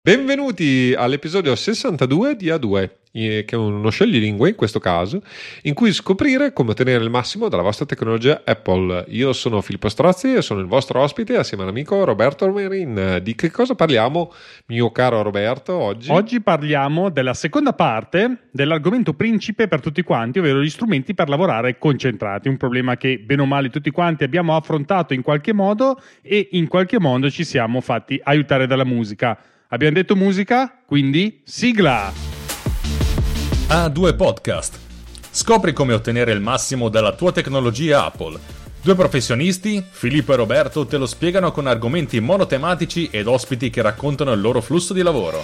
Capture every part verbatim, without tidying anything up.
Benvenuti all'episodio sessantadue di A due, che è uno sciogli-lingue in questo caso, in cui scoprire come ottenere il massimo dalla vostra tecnologia Apple. Io sono Filippo Strozzi e sono il vostro ospite assieme all'amico Roberto Merin. Di che cosa parliamo, mio caro Roberto, oggi? Oggi parliamo della seconda parte dell'argomento principe per tutti quanti, ovvero gli strumenti per lavorare concentrati, un problema che bene o male tutti quanti abbiamo affrontato in qualche modo e in qualche modo ci siamo fatti aiutare dalla musica. Abbiamo detto musica, quindi sigla! A due Podcast. Scopri come ottenere il massimo dalla tua tecnologia Apple. Due professionisti, Filippo e Roberto, te lo spiegano con argomenti monotematici ed ospiti che raccontano il loro flusso di lavoro.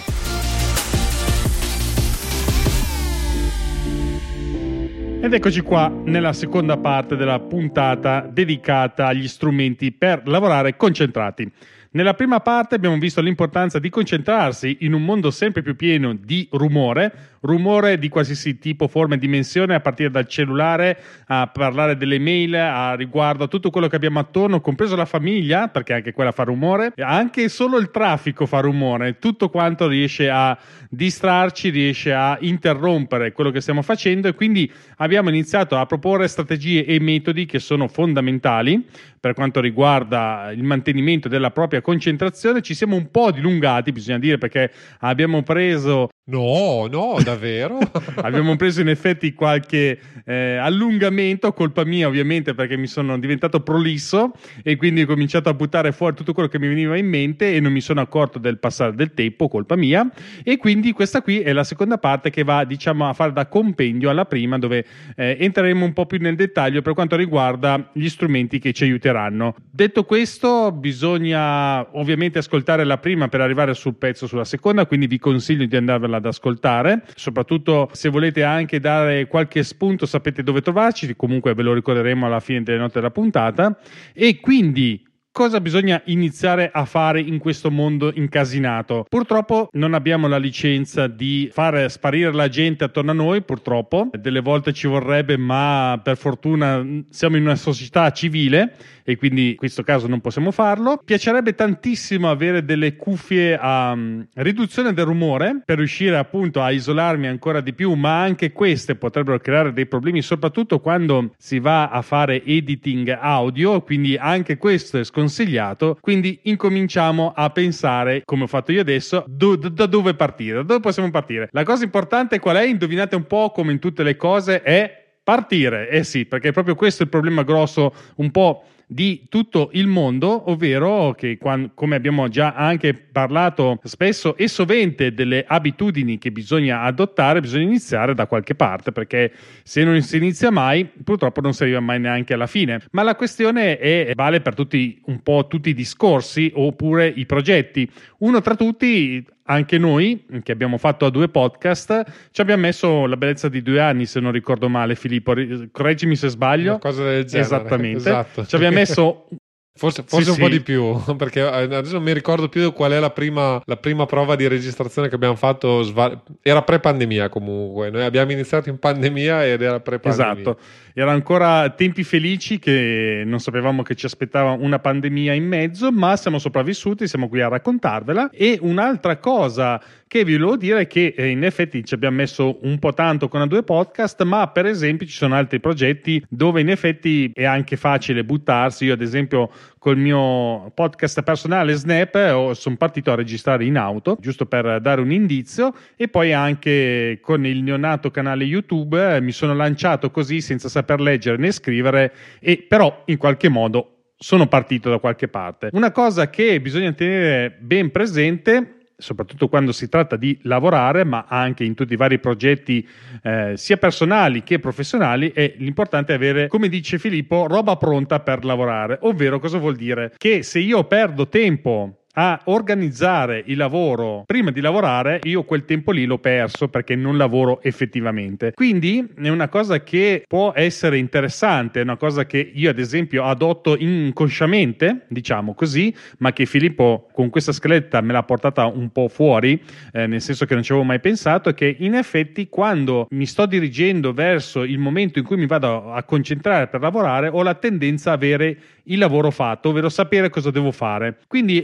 Ed eccoci qua nella seconda parte della puntata dedicata agli strumenti per lavorare concentrati. Nella prima parte abbiamo visto l'importanza di concentrarsi in un mondo sempre più pieno di rumore, rumore di qualsiasi tipo, forma e dimensione, a partire dal cellulare a parlare delle mail, a riguardo a tutto quello che abbiamo attorno, compreso la famiglia, perché anche quella fa rumore, anche solo il traffico fa rumore, tutto quanto riesce a distrarci, riesce a interrompere quello che stiamo facendo, e quindi abbiamo iniziato a proporre strategie e metodi che sono fondamentali per quanto riguarda il mantenimento della propria concentrazione. Ci siamo un po' dilungati, bisogna dire, perché abbiamo preso No, no, davvero? abbiamo preso in effetti qualche eh, allungamento, colpa mia ovviamente, perché mi sono diventato prolisso e quindi ho cominciato a buttare fuori tutto quello che mi veniva in mente e non mi sono accorto del passare del tempo, colpa mia. E quindi questa qui è la seconda parte che va, diciamo, a fare da compendio alla prima, dove eh, entreremo un po' più nel dettaglio per quanto riguarda gli strumenti che ci aiuteranno. Detto questo, bisogna ovviamente ascoltare la prima per arrivare sul pezzo sulla seconda, quindi vi consiglio di andarvela ad ascoltare, soprattutto se volete anche dare qualche spunto sapete dove trovarci, comunque ve lo ricorderemo alla fine delle note della puntata. E quindi cosa bisogna iniziare a fare in questo mondo incasinato? Purtroppo non abbiamo la licenza di far sparire la gente attorno a noi, purtroppo. Delle volte ci vorrebbe, ma per fortuna siamo in una società civile e quindi in questo caso non possiamo farlo. Piacerebbe tantissimo avere delle cuffie a um, riduzione del rumore per riuscire appunto a isolarmi ancora di più, ma anche queste potrebbero creare dei problemi, soprattutto quando si va a fare editing audio, quindi anche questo è sconsigliato. Consigliato, quindi incominciamo a pensare, come ho fatto io adesso, do, da dove partire, da dove possiamo partire. La cosa importante qual è? Indovinate un po', come in tutte le cose, è partire. Eh sì, perché proprio questo è il problema grosso un po' di tutto il mondo, ovvero che quando, come abbiamo già anche parlato spesso e sovente delle abitudini che bisogna adottare, bisogna iniziare da qualche parte, perché se non si inizia mai purtroppo non si arriva mai neanche alla fine. Ma la questione è, vale per tutti un po' tutti i discorsi oppure i progetti. Uno tra tutti, anche noi che abbiamo fatto A due Podcast, ci abbiamo messo la bellezza di due anni, se non ricordo male, Filippo, correggimi se sbaglio. Una cosa del genere. Esattamente. Esatto. Ci abbiamo messo Forse, forse sì, un sì. po' di più, perché adesso non mi ricordo più qual è la prima, la prima prova di registrazione che abbiamo fatto. Era pre-pandemia comunque, noi abbiamo iniziato in pandemia ed era pre-pandemia. Esatto, erano ancora tempi felici che non sapevamo che ci aspettava una pandemia in mezzo, ma siamo sopravvissuti, siamo qui a raccontarvela. E un'altra cosa che vi volevo dire è che eh, in effetti ci abbiamo messo un po' tanto con A due Podcast, ma per esempio ci sono altri progetti dove in effetti è anche facile buttarsi. Io ad esempio col mio podcast personale Snap sono partito a registrare in auto, giusto per dare un indizio, e poi anche con il neonato canale YouTube eh, mi sono lanciato così senza saper leggere né scrivere, e però in qualche modo sono partito da qualche parte. Una cosa che bisogna tenere ben presente, soprattutto quando si tratta di lavorare, ma anche in tutti i vari progetti eh, sia personali che professionali, è l'importante avere, come dice Filippo, roba pronta per lavorare. Ovvero, cosa vuol dire? Che se io perdo tempo a organizzare il lavoro prima di lavorare, io quel tempo lì l'ho perso perché non lavoro effettivamente. Quindi è una cosa che può essere interessante, è una cosa che io ad esempio adotto inconsciamente, diciamo così, ma che Filippo con questa scaletta me l'ha portata un po' fuori, eh, nel senso che non ci avevo mai pensato, che in effetti quando mi sto dirigendo verso il momento in cui mi vado a concentrare per lavorare, ho la tendenza a avere il lavoro fatto, ovvero sapere cosa devo fare. Quindi è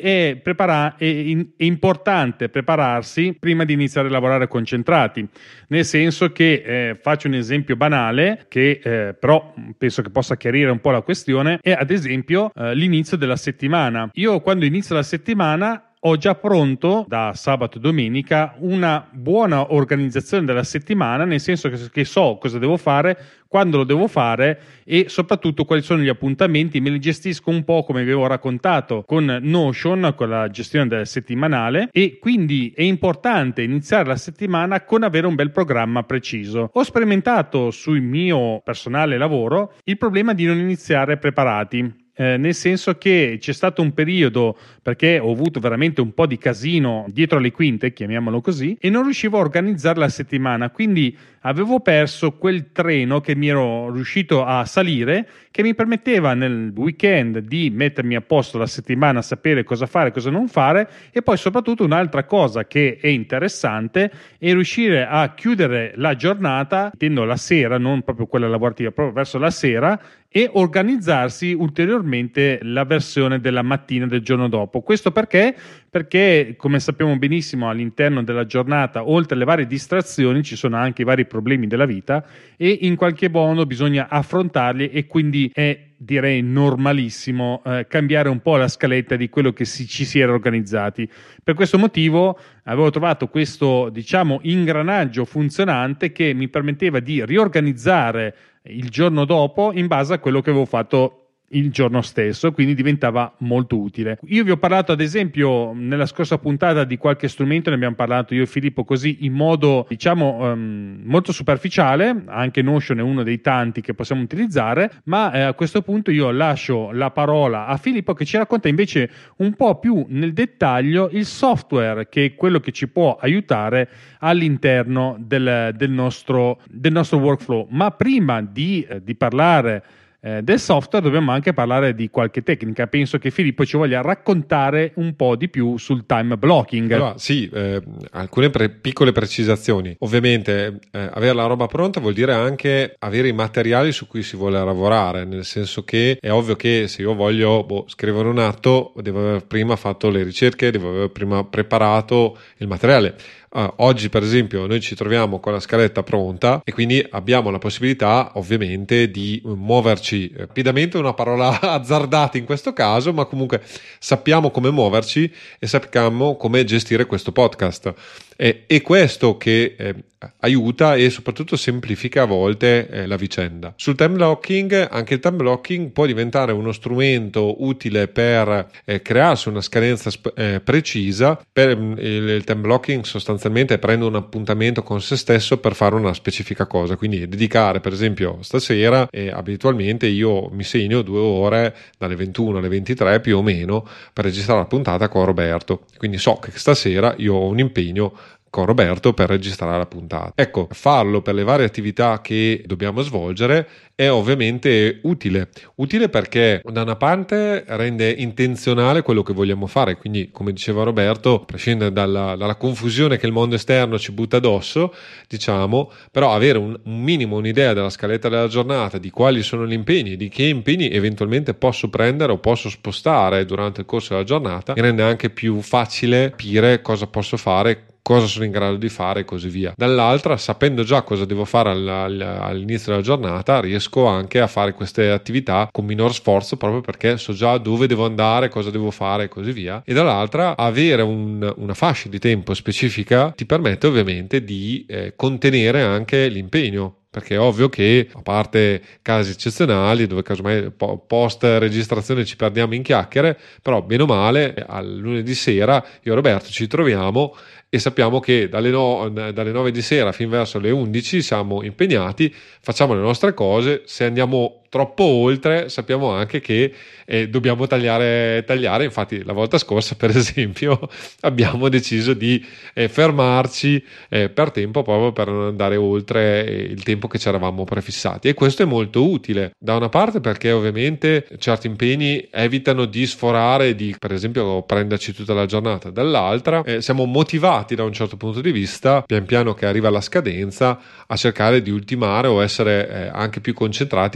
prepara- è, in- è importante prepararsi prima di iniziare a lavorare concentrati, nel senso che eh, faccio un esempio banale che eh, però penso che possa chiarire un po' la questione, è ad esempio eh, l'inizio della settimana. Io quando inizio la settimana ho già pronto da sabato e domenica una buona organizzazione della settimana, nel senso che, che so cosa devo fare, quando lo devo fare e soprattutto quali sono gli appuntamenti. Me li gestisco un po' come vi avevo raccontato con Notion, con la gestione del settimanale, e quindi è importante iniziare la settimana con avere un bel programma preciso. Ho sperimentato sul mio personale lavoro il problema di non iniziare preparati. Eh, nel senso che c'è stato un periodo, perché ho avuto veramente un po' di casino dietro le quinte, chiamiamolo così, e non riuscivo a organizzare la settimana, quindi avevo perso quel treno che mi ero riuscito a salire, che mi permetteva nel weekend di mettermi a posto la settimana, sapere cosa fare, cosa non fare, e poi soprattutto un'altra cosa che è interessante è riuscire a chiudere la giornata, intendo la sera, non proprio quella lavorativa, proprio verso la sera, e organizzarsi ulteriormente la versione della mattina del giorno dopo. Questo perché? Perché, come sappiamo benissimo, all'interno della giornata, oltre alle varie distrazioni, ci sono anche i vari problemi della vita e in qualche modo bisogna affrontarli, e quindi è, direi, normalissimo eh, cambiare un po' la scaletta di quello che si, ci si era organizzati. Per questo motivo avevo trovato questo, diciamo, ingranaggio funzionante che mi permetteva di riorganizzare il giorno dopo in base a quello che avevo fatto il giorno stesso, quindi diventava molto utile. Io vi ho parlato ad esempio nella scorsa puntata di qualche strumento, ne abbiamo parlato io e Filippo così in modo, diciamo, um, molto superficiale. Anche Notion è uno dei tanti che possiamo utilizzare, ma eh, a questo punto io lascio la parola a Filippo che ci racconta invece un po' più nel dettaglio il software, che è quello che ci può aiutare all'interno del, del, nostro, del nostro workflow. Ma prima di, eh, di parlare Eh, del software dobbiamo anche parlare di qualche tecnica. Penso che Filippo ci voglia raccontare un po' di più sul time blocking. Allora, sì, eh, alcune pre- piccole precisazioni. Ovviamente eh, avere la roba pronta vuol dire anche avere i materiali su cui si vuole lavorare, nel senso che è ovvio che se io voglio boh, scrivere un atto devo aver prima fatto le ricerche, devo aver prima preparato il materiale. Uh, oggi per esempio noi ci troviamo con la scaletta pronta e quindi abbiamo la possibilità ovviamente di muoverci rapidamente, una parola azzardata in questo caso, ma comunque sappiamo come muoverci e sappiamo come gestire questo podcast. È, è questo che eh, aiuta e soprattutto semplifica a volte eh, la vicenda. Sul time blocking, anche il time blocking può diventare uno strumento utile per eh, crearsi una scadenza sp- eh, precisa. Per il, il time blocking sostanzialmente prende un appuntamento con se stesso per fare una specifica cosa, quindi dedicare per esempio stasera, e abitualmente io mi segno due ore dalle ventuno alle ventitré più o meno per registrare la puntata con Roberto, quindi so che stasera io ho un impegno con Roberto per registrare la puntata. Ecco, farlo per le varie attività che dobbiamo svolgere è ovviamente utile. Utile perché da una parte rende intenzionale quello che vogliamo fare, quindi come diceva Roberto, a prescindere dalla, dalla confusione che il mondo esterno ci butta addosso, diciamo, però avere un, un minimo, un'idea della scaletta della giornata, di quali sono gli impegni, di che impegni eventualmente posso prendere o posso spostare durante il corso della giornata, mi rende anche più facile capire cosa posso fare, cosa sono in grado di fare e così via. Dall'altra, sapendo già cosa devo fare all'inizio della giornata, riesco anche a fare queste attività con minor sforzo, proprio perché so già dove devo andare, cosa devo fare e così via. E dall'altra, avere un, una fascia di tempo specifica ti permette ovviamente di eh, contenere anche l'impegno. Perché è ovvio che, a parte casi eccezionali dove casomai post registrazione ci perdiamo in chiacchiere, però bene o male al lunedì sera io e Roberto ci troviamo e sappiamo che dalle, no, dalle nove di sera fin verso le undici siamo impegnati, facciamo le nostre cose. Se andiamo troppo oltre sappiamo anche che eh, dobbiamo tagliare, tagliare. Infatti la volta scorsa per esempio abbiamo deciso di eh, fermarci eh, per tempo, proprio per non andare oltre eh, il tempo che ci eravamo prefissati, e questo è molto utile da una parte perché ovviamente certi impegni evitano di sforare, di per esempio prenderci tutta la giornata, dall'altra eh, siamo motivati da un certo punto di vista, pian piano che arriva la scadenza, a cercare di ultimare o essere eh, anche più concentrati, perché questo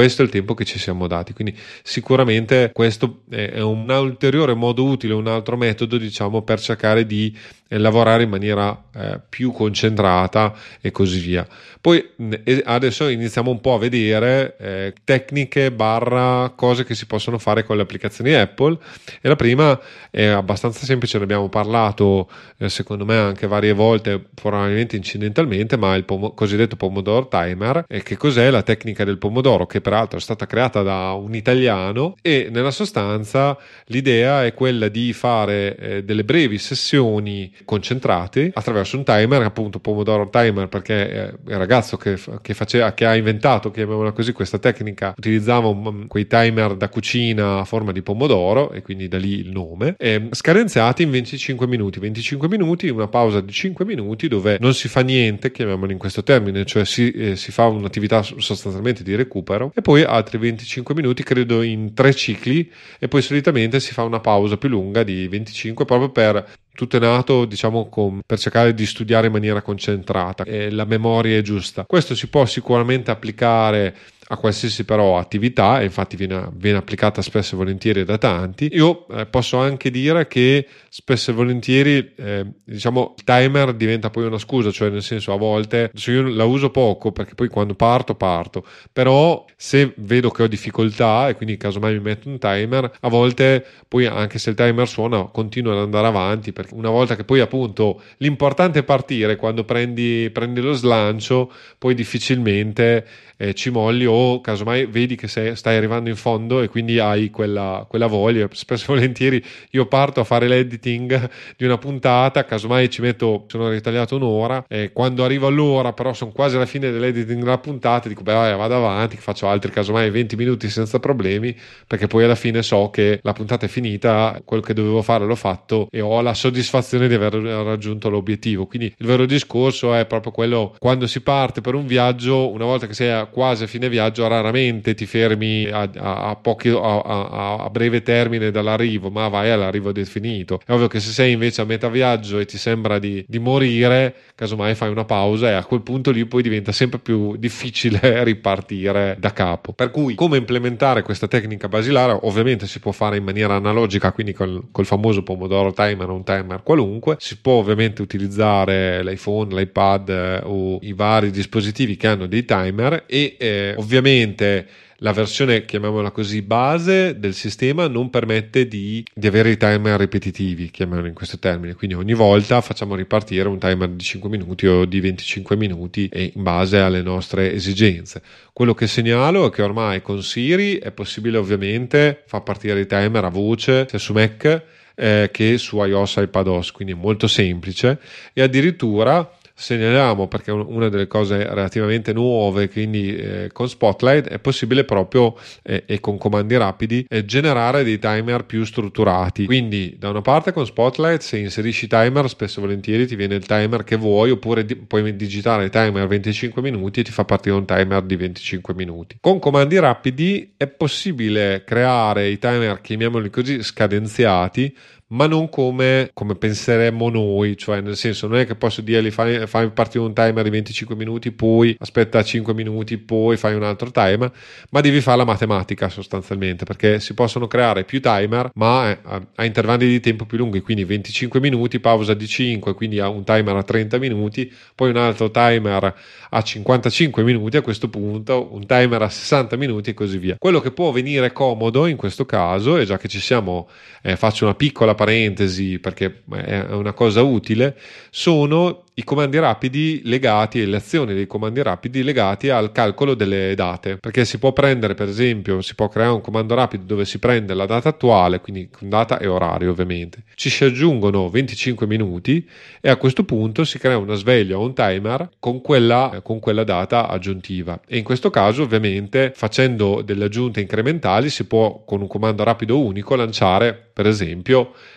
questo è il tempo che ci siamo dati. Quindi sicuramente questo è un ulteriore modo utile, un altro metodo, diciamo, per cercare di eh, lavorare in maniera eh, più concentrata e così via. Poi eh, adesso iniziamo un po' a vedere eh, tecniche barra cose che si possono fare con le applicazioni Apple, e la prima è abbastanza semplice, ne abbiamo parlato eh, secondo me anche varie volte, probabilmente incidentalmente, ma il pom- cosiddetto Pomodoro Timer. E che cos'è la tecnica del pomodoro, che peraltro è stata creata da un italiano, e nella sostanza l'idea è quella di fare eh, delle brevi sessioni concentrate attraverso un timer, appunto Pomodoro Timer, perché eh, il ragazzo che, che, faceva, che ha inventato, chiamiamola così, questa tecnica utilizzava un, quei timer da cucina a forma di pomodoro, e quindi da lì il nome, eh, scadenziati in venticinque minuti, venticinque minuti, una pausa di cinque minuti dove non si fa niente, chiamiamolo in questo termine, cioè si, eh, si fa un'attività sostanzialmente di recupero, e poi altri venticinque minuti, credo in tre cicli, e poi solitamente si fa una pausa più lunga di venticinque, proprio per tutto è nato, diciamo, con, per cercare di studiare in maniera concentrata, e la memoria è giusta. Questo si può sicuramente applicare a qualsiasi però attività, e infatti viene, viene applicata spesso e volentieri da tanti. Io eh, posso anche dire che spesso e volentieri eh, diciamo il timer diventa poi una scusa, cioè nel senso, a volte io la uso poco perché poi quando parto parto, però se vedo che ho difficoltà e quindi casomai mi metto un timer, a volte poi anche se il timer suona continuo ad andare avanti, perché una volta che poi appunto l'importante è partire, quando prendi, prendi lo slancio poi difficilmente eh, ci molli, o casomai vedi che sei, stai arrivando in fondo e quindi hai quella, quella voglia. Spesso e volentieri io parto a fare l'editing di una puntata, casomai ci metto, sono ritagliato un'ora, e quando arrivo all'ora però sono quasi alla fine dell'editing della puntata, dico beh vai, vado avanti, faccio altri casomai venti minuti senza problemi, perché poi alla fine so che la puntata è finita, quello che dovevo fare l'ho fatto e ho la soddisfazione di aver raggiunto l'obiettivo. Quindi il vero discorso è proprio quello: quando si parte per un viaggio, una volta che sei a quasi a fine viaggio, raramente ti fermi a, a, a, pochi, a, a, a breve termine dall'arrivo, ma vai all'arrivo definito. È ovvio che se sei invece a metà viaggio e ti sembra di, di morire, casomai fai una pausa, e a quel punto lì poi diventa sempre più difficile ripartire da capo. Per cui come implementare questa tecnica basilare? Ovviamente si può fare in maniera analogica, quindi col, col famoso Pomodoro Timer o un timer qualunque. Si può ovviamente utilizzare l'iPhone, l'iPad eh, o i vari dispositivi che hanno dei timer, e eh, ovviamente la versione, chiamiamola così, base del sistema non permette di, di avere i timer ripetitivi, chiamiamolo in questo termine, quindi ogni volta facciamo ripartire un timer di cinque minuti o di venticinque minuti, e in base alle nostre esigenze. Quello che segnalo è che ormai con Siri è possibile ovviamente far partire i timer a voce sia su Mac eh, che su iOS e iPadOS, quindi è molto semplice. E addirittura segnaliamo, perché è una delle cose relativamente nuove, quindi eh, con Spotlight è possibile proprio eh, e con comandi rapidi eh, generare dei timer più strutturati. Quindi da una parte con Spotlight, se inserisci timer, spesso e volentieri ti viene il timer che vuoi, oppure di- puoi digitare timer venticinque minuti e ti fa partire un timer di venticinque minuti. Con comandi rapidi è possibile creare i timer, chiamiamoli così, scadenziati, ma non come, come penseremmo noi, cioè nel senso, non è che posso dirgli fai, fai partire un timer di venticinque minuti, poi aspetta cinque minuti, poi fai un altro timer, ma devi fare la matematica sostanzialmente, perché si possono creare più timer ma a, a intervalli di tempo più lunghi, quindi venticinque minuti, pausa di cinque, quindi ha un timer a trenta minuti, poi un altro timer a cinquantacinque minuti, a questo punto un timer a sessanta minuti e così via. Quello che può venire comodo in questo caso, e già che ci siamo eh, faccio una piccola parentesi perché è una cosa utile, sono i comandi rapidi legati, e le azioni dei comandi rapidi legati al calcolo delle date, perché si può prendere, per esempio, si può creare un comando rapido dove si prende la data attuale, quindi con data e orario ovviamente, ci si aggiungono venticinque minuti e a questo punto si crea una sveglia o un timer con quella, con quella data aggiuntiva, e in questo caso ovviamente facendo delle aggiunte incrementali si può con un comando rapido unico lanciare per esempio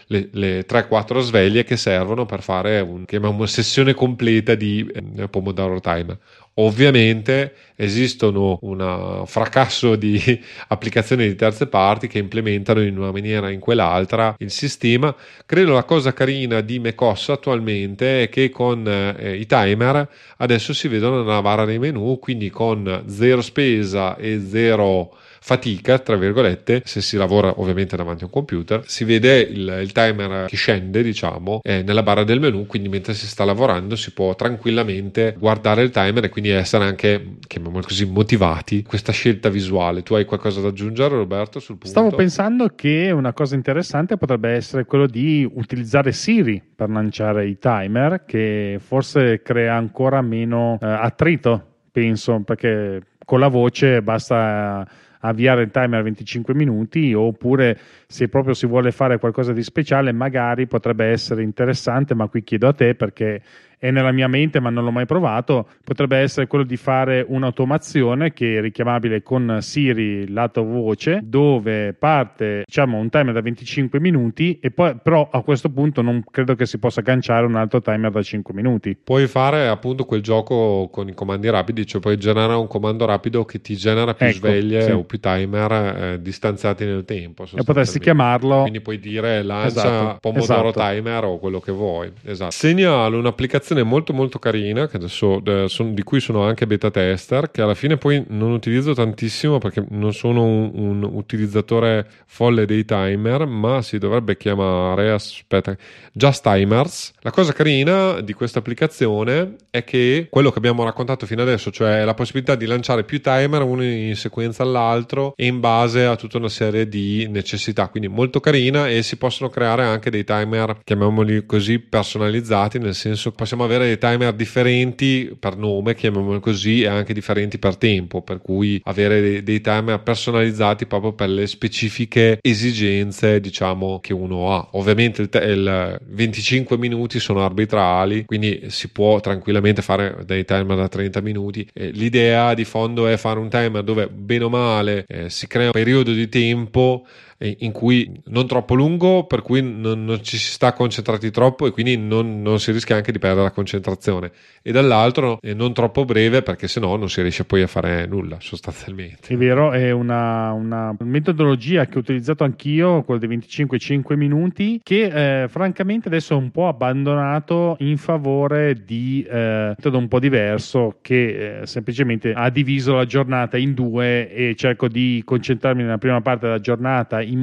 le, le tre quattro sveglie che servono per fare un, chiamiamo, una sessione completa di eh, Pomodoro Timer. Ovviamente esistono un fracasso di applicazioni di terze parti che implementano in una maniera o in quell'altra il sistema. Credo la cosa carina di macOS attualmente è che con eh, i timer adesso si vedono nella barra dei menu, quindi con zero spesa e zero fatica, tra virgolette, se si lavora ovviamente davanti a un computer, si vede il, il timer che scende, diciamo, eh, nella barra del menu, quindi mentre si sta lavorando si può tranquillamente guardare il timer e quindi essere anche, chiamiamolo così, motivati questa scelta visuale. Tu hai qualcosa da aggiungere, Roberto, sul punto? Stavo pensando che una cosa interessante potrebbe essere quello di utilizzare Siri per lanciare i timer, che forse crea ancora meno eh, attrito, penso, perché con la voce basta avviare il timer a venticinque minuti, oppure se proprio si vuole fare qualcosa di speciale magari potrebbe essere interessante, ma qui chiedo a te perché è nella mia mente ma non l'ho mai provato, potrebbe essere quello di fare un'automazione che è richiamabile con Siri lato voce, dove parte, diciamo, un timer da venticinque minuti e poi però a questo punto non credo che si possa agganciare un altro timer da cinque minuti. Puoi fare appunto quel gioco con i comandi rapidi, cioè puoi generare un comando rapido che ti genera più ecco, sveglie sì. o più timer eh, distanziati nel tempo, e potresti chiamarlo, quindi puoi dire lancia esatto, Pomodoro esatto. Timer o quello che vuoi. Esatto. Segnalo un'applicazione molto molto carina che adesso eh, son, di cui sono anche beta tester, che alla fine poi non utilizzo tantissimo perché non sono un, un utilizzatore folle dei timer, ma si dovrebbe chiamare, aspetta, Just Timers. La cosa carina di questa applicazione è che quello che abbiamo raccontato fino adesso, cioè la possibilità di lanciare più timer uno in sequenza all'altro e in base a tutta una serie di necessità, quindi molto carina, e si possono creare anche dei timer, chiamiamoli così, personalizzati, nel senso che possiamo avere dei timer differenti per nome, chiamiamoli così, e anche differenti per tempo, per cui avere dei, dei timer personalizzati proprio per le specifiche esigenze, diciamo, che uno ha. Ovviamente il, te- il venticinque minuti sono arbitrali, quindi si può tranquillamente fare dei timer da trenta minuti. Eh, l'idea di fondo è fare un timer dove bene o male eh, si crea un periodo di tempo in cui non troppo lungo, per cui non, non ci si sta concentrati troppo e quindi non, non si rischia anche di perdere la concentrazione, e dall'altro eh, non troppo breve, perché sennò non si riesce poi a fare nulla sostanzialmente. È vero, è una, una metodologia che ho utilizzato anch'io, quella dei venticinque cinque minuti, che eh, francamente adesso è un po' abbandonato in favore di eh, metodo un po' diverso, che eh, semplicemente ha diviso la giornata in due e cerco di concentrarmi nella prima parte della giornata in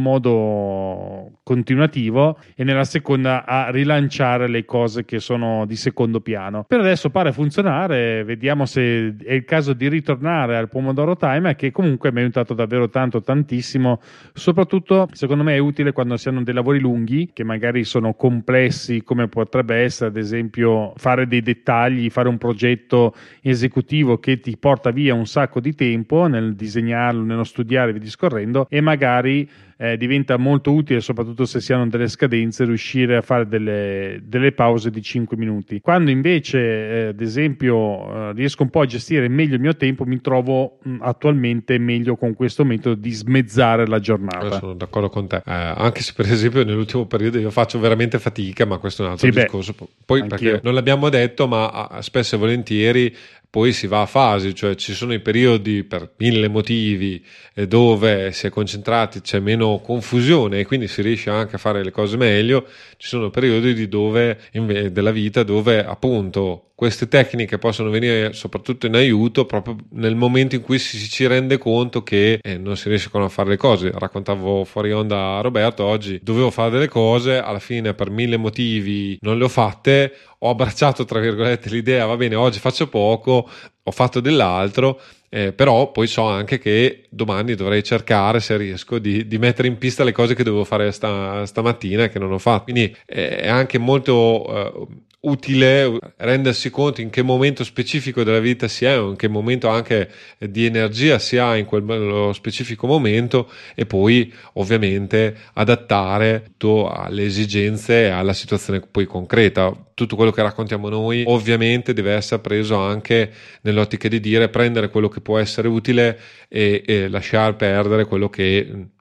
modo continuativo e nella seconda a rilanciare le cose che sono di secondo piano. Per adesso pare funzionare, vediamo se è il caso di ritornare al Pomodoro Timer, che comunque mi ha aiutato davvero tanto, tantissimo. Soprattutto secondo me è utile quando si hanno dei lavori lunghi che magari sono complessi, come potrebbe essere ad esempio fare dei dettagli, fare un progetto esecutivo che ti porta via un sacco di tempo nel disegnarlo, nello studiare, via discorrendo, e magari Eh, diventa molto utile, soprattutto se si hanno delle scadenze, riuscire a fare delle, delle pause di cinque minuti. Quando invece eh, ad esempio eh, riesco un po' a gestire meglio il mio tempo, mi trovo mh, attualmente meglio con questo metodo di smezzare la giornata. Io sono d'accordo con te, eh, anche se per esempio nell'ultimo periodo io faccio veramente fatica, ma questo è un altro sì, discorso. Beh, poi anch'io. Perché non l'abbiamo detto, ma spesso e volentieri poi si va a fasi, cioè ci sono i periodi per mille motivi eh, dove si è concentrati, c'è meno confusione e quindi si riesce anche a fare le cose meglio. Ci sono periodi di dove, in, della vita dove appunto queste tecniche possono venire soprattutto in aiuto proprio nel momento in cui si ci rende conto che eh, non si riescono a fare le cose. Raccontavo fuori onda a Roberto oggi, dovevo fare delle cose, alla fine per mille motivi non le ho fatte, ho abbracciato tra virgolette l'idea, va bene, oggi faccio poco, ho fatto dell'altro, eh, però poi so anche che domani dovrei cercare, se riesco, di, di mettere in pista le cose che dovevo fare sta, stamattina e che non ho fatto. Quindi eh, è anche molto eh, utile rendersi conto in che momento specifico della vita si è, o in che momento anche di energia si ha in quello specifico momento, e poi ovviamente adattare tutto alle esigenze e alla situazione poi concreta. Tutto quello che raccontiamo noi ovviamente deve essere preso anche nell'ottica di dire prendere quello che può essere utile e, e lasciar perdere quello che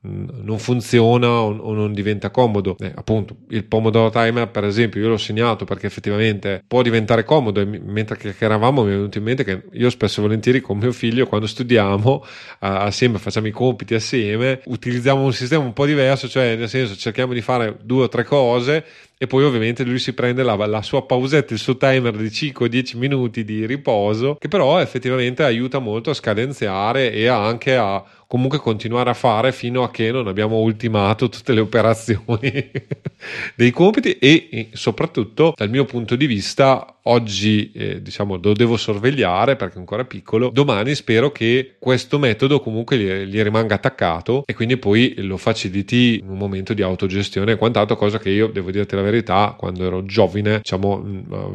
non funziona o, o non diventa comodo. Eh, appunto il Pomodoro Timer, per esempio, io l'ho segnato perché effettivamente può diventare comodo, e mi, mentre chiacchieravamo mi è venuto in mente che io spesso e volentieri con mio figlio, quando studiamo uh, assieme, facciamo i compiti assieme, utilizziamo un sistema un po' diverso, cioè nel senso cerchiamo di fare due o tre cose e poi ovviamente lui si prende la, la sua pausetta, il suo timer di cinque o dieci minuti di riposo, che però effettivamente aiuta molto a scadenziare e anche a comunque continuare a fare fino a che non abbiamo ultimato tutte le operazioni dei compiti. E, e soprattutto dal mio punto di vista oggi eh, diciamo lo devo sorvegliare perché è ancora piccolo, domani spero che questo metodo comunque gli, gli rimanga attaccato e quindi poi lo faciliti in un momento di autogestione e quant'altro, cosa che io devo dirti la verità, quando ero giovane diciamo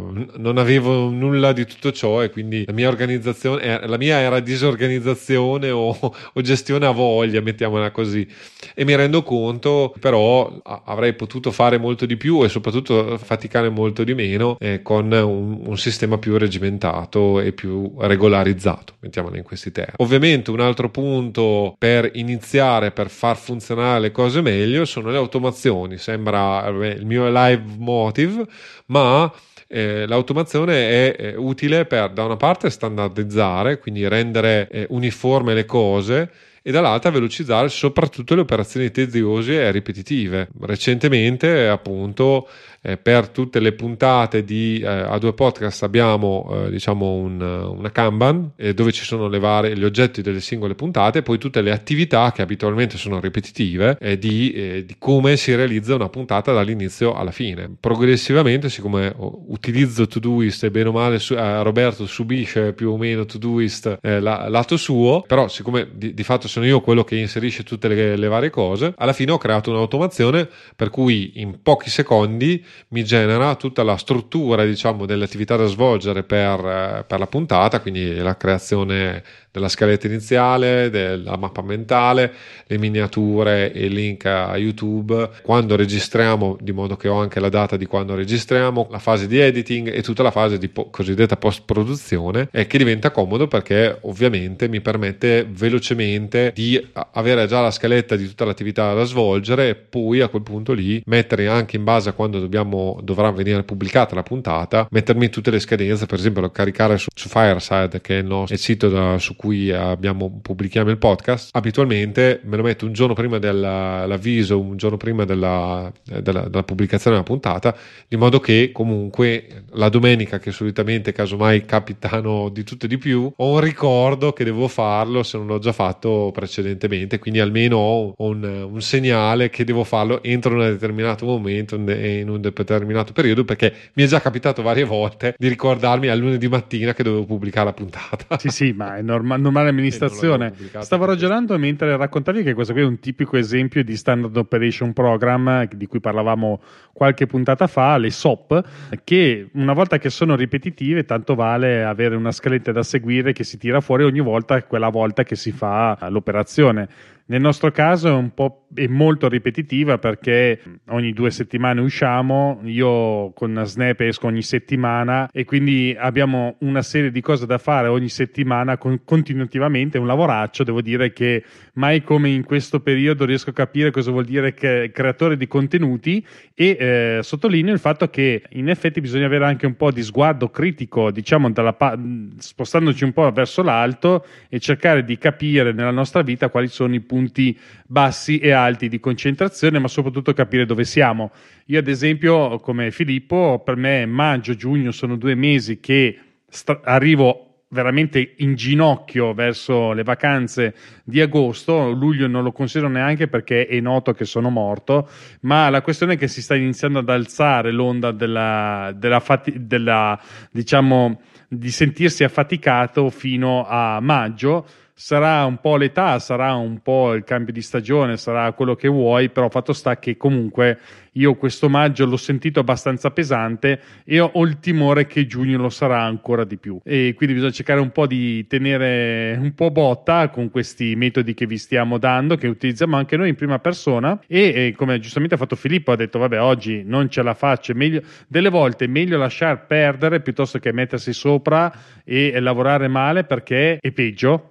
non avevo nulla di tutto ciò, e quindi la mia organizzazione la mia era disorganizzazione o, o gestione a voglia, mettiamola così, e mi rendo conto però avrei potuto fare molto di più e soprattutto faticare molto di meno eh, con un Un, un sistema più regimentato e più regolarizzato, mettiamolo in questi termini. Ovviamente un altro punto per iniziare, per far funzionare le cose meglio, sono le automazioni. Sembra eh, il mio live motive, ma Eh, l'automazione è, è utile per, da una parte, standardizzare, quindi rendere eh, uniforme le cose, e dall'altra velocizzare soprattutto le operazioni teziose e ripetitive. Recentemente appunto eh, per tutte le puntate di eh, A due Podcast abbiamo eh, diciamo un, una Kanban eh, dove ci sono le varie, gli oggetti delle singole puntate e poi tutte le attività che abitualmente sono ripetitive eh, di, eh, di come si realizza una puntata dall'inizio alla fine. Progressivamente, siccome utilizzo Todoist e bene o male su, eh, Roberto subisce più o meno Todoist eh, la, lato suo, però siccome di, di fatto sono io quello che inserisce tutte le, le varie cose, alla fine ho creato un'automazione per cui in pochi secondi mi genera tutta la struttura diciamo delle attività da svolgere per, per la puntata, quindi la creazione della scaletta iniziale, della mappa mentale, le miniature e il link a YouTube, quando registriamo, di modo che ho anche la data di quando registriamo, la fase di editing e tutta la fase di po- cosiddetta post-produzione, e che diventa comodo perché ovviamente mi permette velocemente di avere già la scaletta di tutta l'attività da svolgere e poi a quel punto lì mettere anche in base a quando dobbiamo, dovrà venire pubblicata la puntata, mettermi tutte le scadenze, per esempio caricare su, su Fireside, che è il nostro il sito da, su cui abbiamo, pubblichiamo il podcast. Abitualmente me lo metto un giorno prima dell'avviso, un giorno prima della, della, della pubblicazione della puntata, di modo che comunque la domenica, che solitamente casomai capitano di tutto e di più, ho un ricordo che devo farlo se non l'ho già fatto precedentemente, quindi almeno ho un, un segnale che devo farlo entro un determinato momento e in un determinato periodo, perché mi è già capitato varie volte di ricordarmi al lunedì mattina che dovevo pubblicare la puntata. Sì sì, ma è norma- normale amministrazione. Stavo ragionando mentre raccontavi che questo qui è un tipico esempio di Standard Operation Program di cui parlavamo qualche puntata fa, le S O P, che una volta che sono ripetitive tanto vale avere una scaletta da seguire che si tira fuori ogni volta, quella volta che si fa l'operazione. Nel nostro caso è un po' è molto ripetitiva perché ogni due settimane usciamo, io con Snap esco ogni settimana e quindi abbiamo una serie di cose da fare ogni settimana con, continuativamente, un lavoraccio. Devo dire che mai come in questo periodo riesco a capire cosa vuol dire che creatore di contenuti, e eh, sottolineo il fatto che in effetti bisogna avere anche un po' di sguardo critico, diciamo dalla pa- spostandoci un po' verso l'alto e cercare di capire nella nostra vita quali sono i punti punti bassi e alti di concentrazione, ma soprattutto capire dove siamo. Io ad esempio, come Filippo, per me maggio, giugno sono due mesi che st- arrivo veramente in ginocchio verso le vacanze di agosto. Luglio non lo considero neanche perché è noto che sono morto, ma la questione è che si sta iniziando ad alzare l'onda della, della, fati- della diciamo di sentirsi affaticato fino a maggio. Sarà un po' l'età, sarà un po' il cambio di stagione, sarà quello che vuoi, però fatto sta che comunque io questo maggio l'ho sentito abbastanza pesante e ho il timore che giugno lo sarà ancora di più, e quindi bisogna cercare un po' di tenere un po' botta con questi metodi che vi stiamo dando, che utilizziamo anche noi in prima persona, e, e come giustamente ha fatto Filippo, ha detto vabbè oggi non ce la faccio, meglio, delle volte è meglio lasciar perdere piuttosto che mettersi sopra e lavorare male, perché è peggio.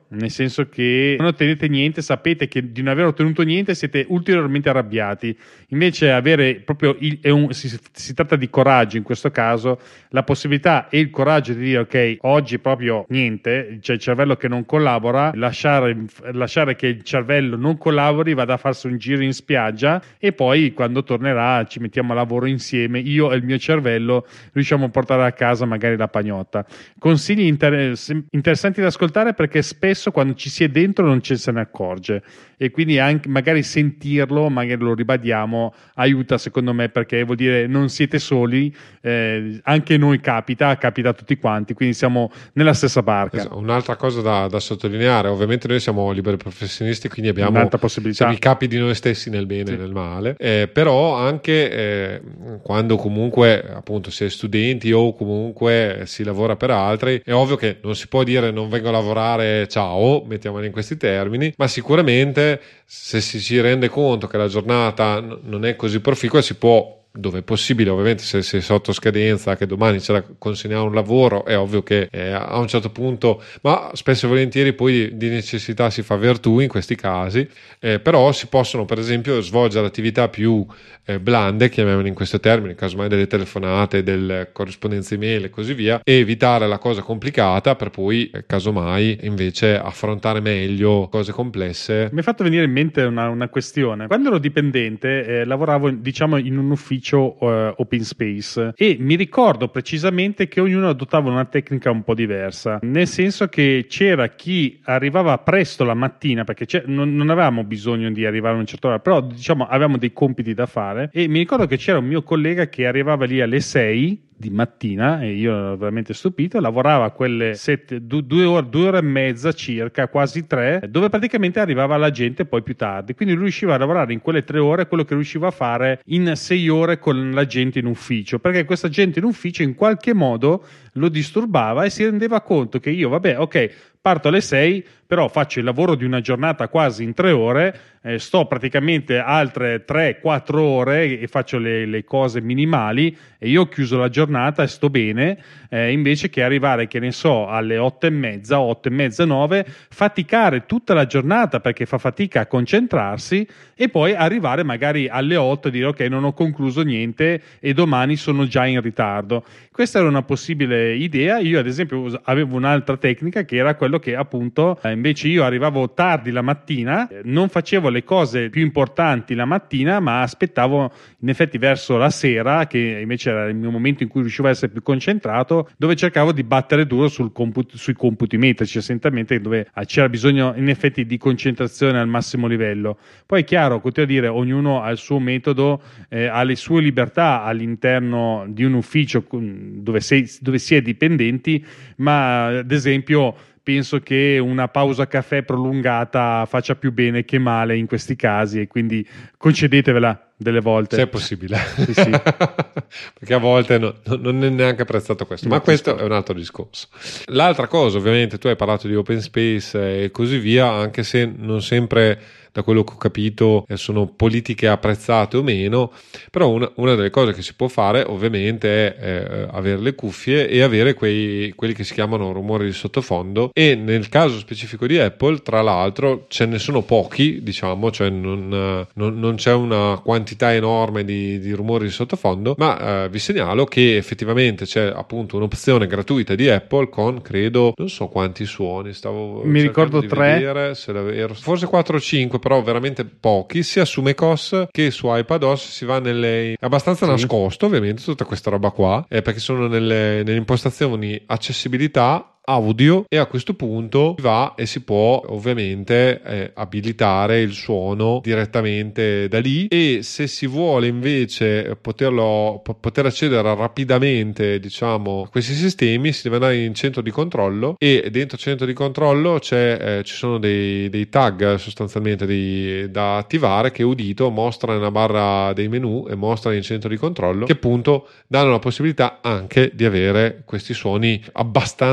nel senso che non ottenete niente, sapete che di non aver ottenuto niente siete ulteriormente arrabbiati. Invece avere proprio il, è un, si, si tratta di coraggio in questo caso, la possibilità e il coraggio di dire ok, oggi proprio niente, c'è il cervello che non collabora, lasciare, lasciare che il cervello non collabori, vada a farsi un giro in spiaggia e poi quando tornerà ci mettiamo a lavoro insieme, io e il mio cervello riusciamo a portare a casa magari la pagnotta. Consigli inter- interessanti da ascoltare, perché spesso quando ci si è dentro non ci se ne accorge, e quindi anche magari sentirlo, magari lo ribadiamo, aiuta secondo me, perché vuol dire non siete soli, eh, anche noi capita, capita a tutti quanti, quindi siamo nella stessa barca. Esatto. Un'altra cosa da, da sottolineare, ovviamente noi siamo liberi professionisti, quindi abbiamo un'altra possibilità, siamo i capi di noi stessi nel bene sì. e nel male, eh, però anche eh, quando comunque appunto si è studenti o comunque si lavora per altri, è ovvio che non si può dire non vengo a lavorare, ciao, mettiamoli in questi termini, ma sicuramente se si ci rende conto che la giornata n- non è così proficua, si può, dove è possibile, ovviamente se sei sotto scadenza che domani c'è da consegnare un lavoro, è ovvio che eh, a un certo punto, ma spesso e volentieri poi di necessità si fa virtù in questi casi, eh, però si possono per esempio svolgere attività più eh, blande, chiamiamole in questo termine, casomai delle telefonate, delle corrispondenze email e così via, e evitare la cosa complicata per poi eh, casomai invece affrontare meglio cose complesse. Mi è fatto venire in mente una, una questione. Quando ero dipendente eh, lavoravo diciamo in un ufficio Uh, open space, e mi ricordo precisamente che ognuno adottava una tecnica un po' diversa, nel senso che c'era chi arrivava presto la mattina, perché non, non avevamo bisogno di arrivare a una certa ora, però diciamo avevamo dei compiti da fare, e mi ricordo che c'era un mio collega che arrivava lì alle sei di mattina, e io ero veramente stupito, lavorava quelle sette, due, due, ore, due ore e mezza circa, quasi tre, dove praticamente arrivava la gente poi più tardi, quindi lui riusciva a lavorare in quelle tre ore quello che riusciva a fare in sei ore con la gente in ufficio, perché questa gente in ufficio in qualche modo lo disturbava e si rendeva conto che io, vabbè, ok, parto alle sei, però faccio il lavoro di una giornata quasi in tre ore, eh, sto praticamente altre tre quattro ore e faccio le, le cose minimali, e io ho chiuso la giornata e sto bene, eh, invece che arrivare, che ne so, alle otto e mezza, otto e mezza, nove, faticare tutta la giornata perché fa fatica a concentrarsi, e poi arrivare magari alle otto e dire ok, non ho concluso niente e domani sono già in ritardo. Questa era una possibile idea. Io ad esempio avevo un'altra tecnica, che era quello che appunto eh, invece io arrivavo tardi la mattina, eh, non facevo le cose più importanti la mattina, ma aspettavo in effetti verso la sera, che invece era il mio momento in cui riuscivo a essere più concentrato, dove cercavo di battere duro sul comput- sui computi metrici, essenzialmente, dove c'era bisogno in effetti di concentrazione al massimo livello. Poi è chiaro, continuo a dire, ognuno ha il suo metodo, eh, ha le sue libertà all'interno di un ufficio dove, sei, dove si è dipendenti, ma ad esempio penso che una pausa caffè prolungata faccia più bene che male in questi casi, e quindi concedetevela delle volte. Se è possibile. Sì, sì. Perché a volte no, no, non è neanche apprezzato questo, ma questo è un altro discorso. L'altra cosa, ovviamente, tu hai parlato di open space e così via, anche se non sempre, da quello che ho capito, sono politiche apprezzate o meno, però una, una delle cose che si può fare ovviamente è eh, avere le cuffie e avere quei, quelli che si chiamano rumori di sottofondo, e nel caso specifico di Apple, tra l'altro, ce ne sono pochi, diciamo, cioè non, non, non c'è una quantità enorme di, di rumori di sottofondo, ma eh, vi segnalo che effettivamente c'è appunto un'opzione gratuita di Apple con, credo, non so quanti suoni, stavo mi ricordo di tre, vedere, se davvero, forse quattro o cinque, però veramente pochi, sia su macOS che su iPadOS. Si va nelle, abbastanza sì. nascosto ovviamente tutta questa roba qua, eh, perché sono nelle, nelle impostazioni accessibilità, audio, e a questo punto va e si può ovviamente eh, abilitare il suono direttamente da lì, e se si vuole invece poterlo poter accedere rapidamente, diciamo, a questi sistemi, si deve andare in centro di controllo, e dentro il centro di controllo c'è, eh, ci sono dei, dei tag sostanzialmente dei, da attivare, che udito mostra nella barra dei menu e mostra in centro di controllo, che appunto danno la possibilità anche di avere questi suoni abbastanza comodi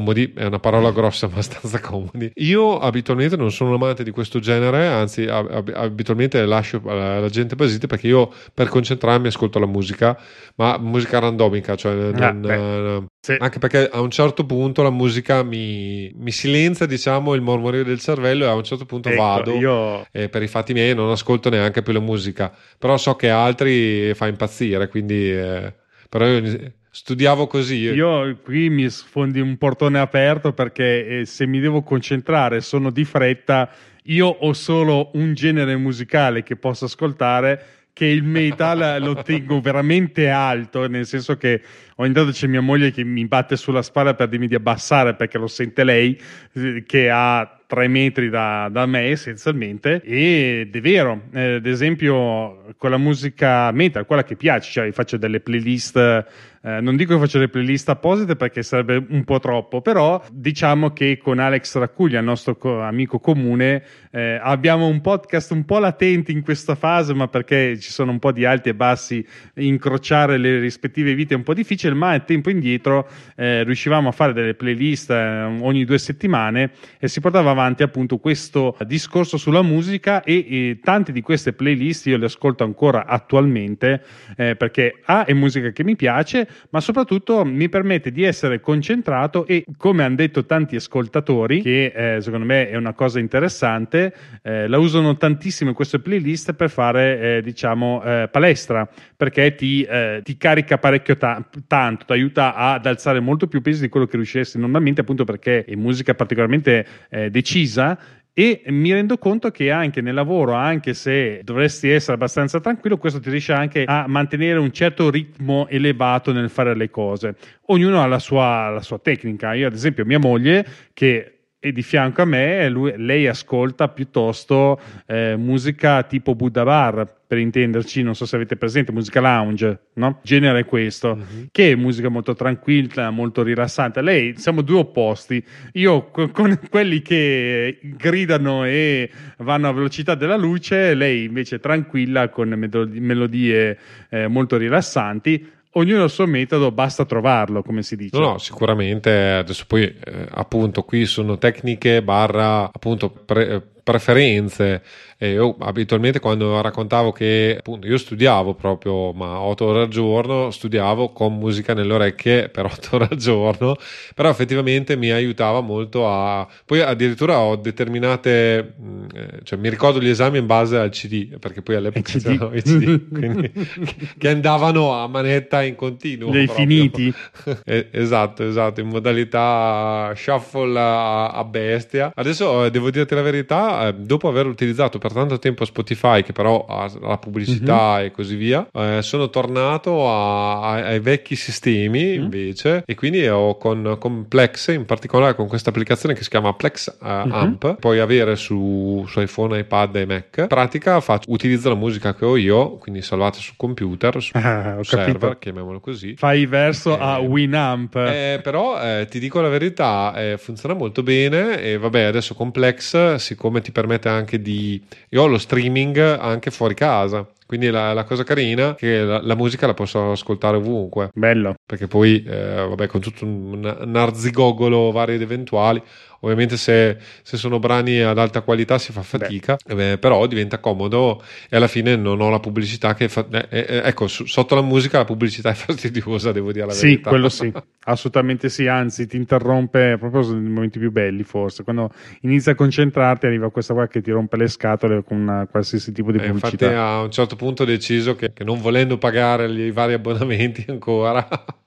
comodi, è una parola grossa ma abbastanza comodi. Io abitualmente non sono un amante di questo genere, anzi ab- abitualmente lascio la gente basita, perché io per concentrarmi ascolto la musica, ma musica randomica, cioè non, Ah, beh, sì. anche perché a un certo punto la musica mi, mi silenzia, diciamo, il mormorio del cervello, e a un certo punto Ecco, vado io... e per i fatti miei non ascolto neanche più la musica, però so che altri fa impazzire, quindi eh, però io studiavo così. Io qui mi sfondi un portone aperto, perché eh, se mi devo concentrare, sono di fretta, io ho solo un genere musicale che posso ascoltare, che il metal lo tengo veramente alto, nel senso che ogni tanto c'è mia moglie che mi batte sulla spalla per dirmi di abbassare, perché lo sente lei, eh, che ha tre metri da, da me essenzialmente, ed è vero, eh, ad esempio con la musica metal, quella che piace, cioè faccio delle playlist, eh, non dico che faccio le playlist apposite perché sarebbe un po' troppo, però diciamo che con Alex Raccuglia, il nostro co- amico comune, eh, abbiamo un podcast un po' latenti in questa fase, ma perché ci sono un po' di alti e bassi, incrociare le rispettive vite è un po' difficile, ma a tempo indietro eh, riuscivamo a fare delle playlist eh, ogni due settimane, e si portava avanti appunto questo discorso sulla musica, e, e tante di queste playlist io le ascolto ancora attualmente, eh, perché A, è musica che mi piace, ma soprattutto mi permette di essere concentrato, e come hanno detto tanti ascoltatori, che eh, secondo me è una cosa interessante, eh, la usano tantissimo queste playlist per fare eh, diciamo eh, palestra, perché ti, eh, ti carica parecchio ta- tanto, ti aiuta ad alzare molto più peso di quello che riusciresti normalmente, appunto perché è musica particolarmente eh, decisa. E mi rendo conto che anche nel lavoro, anche se dovresti essere abbastanza tranquillo, questo ti riesce anche a mantenere un certo ritmo elevato nel fare le cose. Ognuno ha la sua, la sua tecnica. Io ad esempio mia moglie, che è di fianco a me, lui, lei ascolta piuttosto eh, musica tipo Buddha Bar, per intenderci, non so se avete presente, musica lounge, no? Genere è questo, mm-hmm. che è musica molto tranquilla, molto rilassante. Lei, siamo due opposti. Io con, con quelli che gridano e vanno a velocità della luce, lei invece tranquilla con melodie, melodie eh, molto rilassanti. Ognuno il suo metodo, basta trovarlo, come si dice. No, no, sicuramente. Adesso poi eh, appunto qui sono tecniche barra appunto pre- preferenze. E io abitualmente, quando raccontavo che appunto io studiavo proprio, ma otto ore al giorno, studiavo con musica nelle orecchie per otto ore al giorno, però effettivamente mi aiutava molto a... Poi addirittura ho determinate, cioè mi ricordo gli esami in base al C D, perché poi all'epoca c'erano i C D, quindi, che andavano a manetta in continuo. Dei proprio. Finiti. Esatto, esatto, in modalità shuffle a, a bestia. Adesso eh, devo dirti la verità, eh, dopo aver utilizzato per tanto tempo Spotify, che però ha la pubblicità mm-hmm. e così via, eh, sono tornato a, a, ai vecchi sistemi mm-hmm. invece, e quindi ho con, con Plex, in particolare con questa applicazione che si chiama Plex uh, mm-hmm. Amp, puoi avere su, su iPhone, iPad e Mac. In pratica faccio, utilizzo la musica che ho io, quindi salvata sul computer, su ah, server, chiamiamolo così. Fai verso eh, a Winamp. Eh, però eh, ti dico la verità, eh, funziona molto bene, e vabbè, adesso con Plex, siccome ti permette anche di... Io ho lo streaming anche fuori casa, quindi la, la cosa carina è che la, la musica la posso ascoltare ovunque. Bello. Perché poi, eh, vabbè, con tutto un, un arzigogolo vari ed eventuali, ovviamente se, se sono brani ad alta qualità si fa fatica, eh, però diventa comodo, e alla fine non ho la pubblicità che fa... Eh, eh, ecco, su, sotto la musica la pubblicità è fastidiosa, devo dire la sì, verità. Sì, quello sì, assolutamente sì, anzi ti interrompe proprio nei momenti più belli, forse, quando inizi a concentrarti arriva questa qua che ti rompe le scatole con una, qualsiasi tipo di eh, pubblicità. Infatti a un certo punto ho deciso che, che non volendo pagare i vari abbonamenti ancora...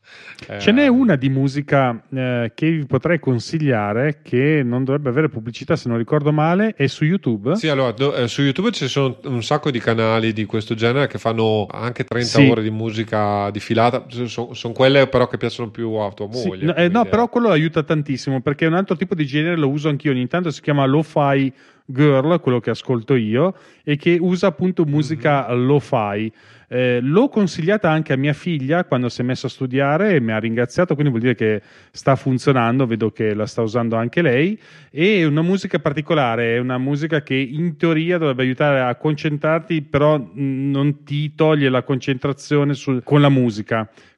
Ce n'è una di musica eh, che vi potrei consigliare, che non dovrebbe avere pubblicità se non ricordo male, è su YouTube. Sì, allora do, eh, su YouTube ci sono un sacco di canali di questo genere che fanno anche trenta sì. ore di musica di filata. Sono son quelle però che piacciono più a tua moglie. Sì, no, eh, no però quello aiuta tantissimo, perché è un altro tipo di genere, lo uso anch'io ogni tanto, si chiama Lo-Fi Girl, quello che ascolto io, e che usa appunto musica mm-hmm. lo-fi. Eh, l'ho consigliata anche a mia figlia quando si è messa a studiare e mi ha ringraziato, quindi vuol dire che sta funzionando, vedo che la sta usando anche lei. E è una musica particolare, è una musica che in teoria dovrebbe aiutare a concentrarti, però non ti toglie la concentrazione sul, con la musica.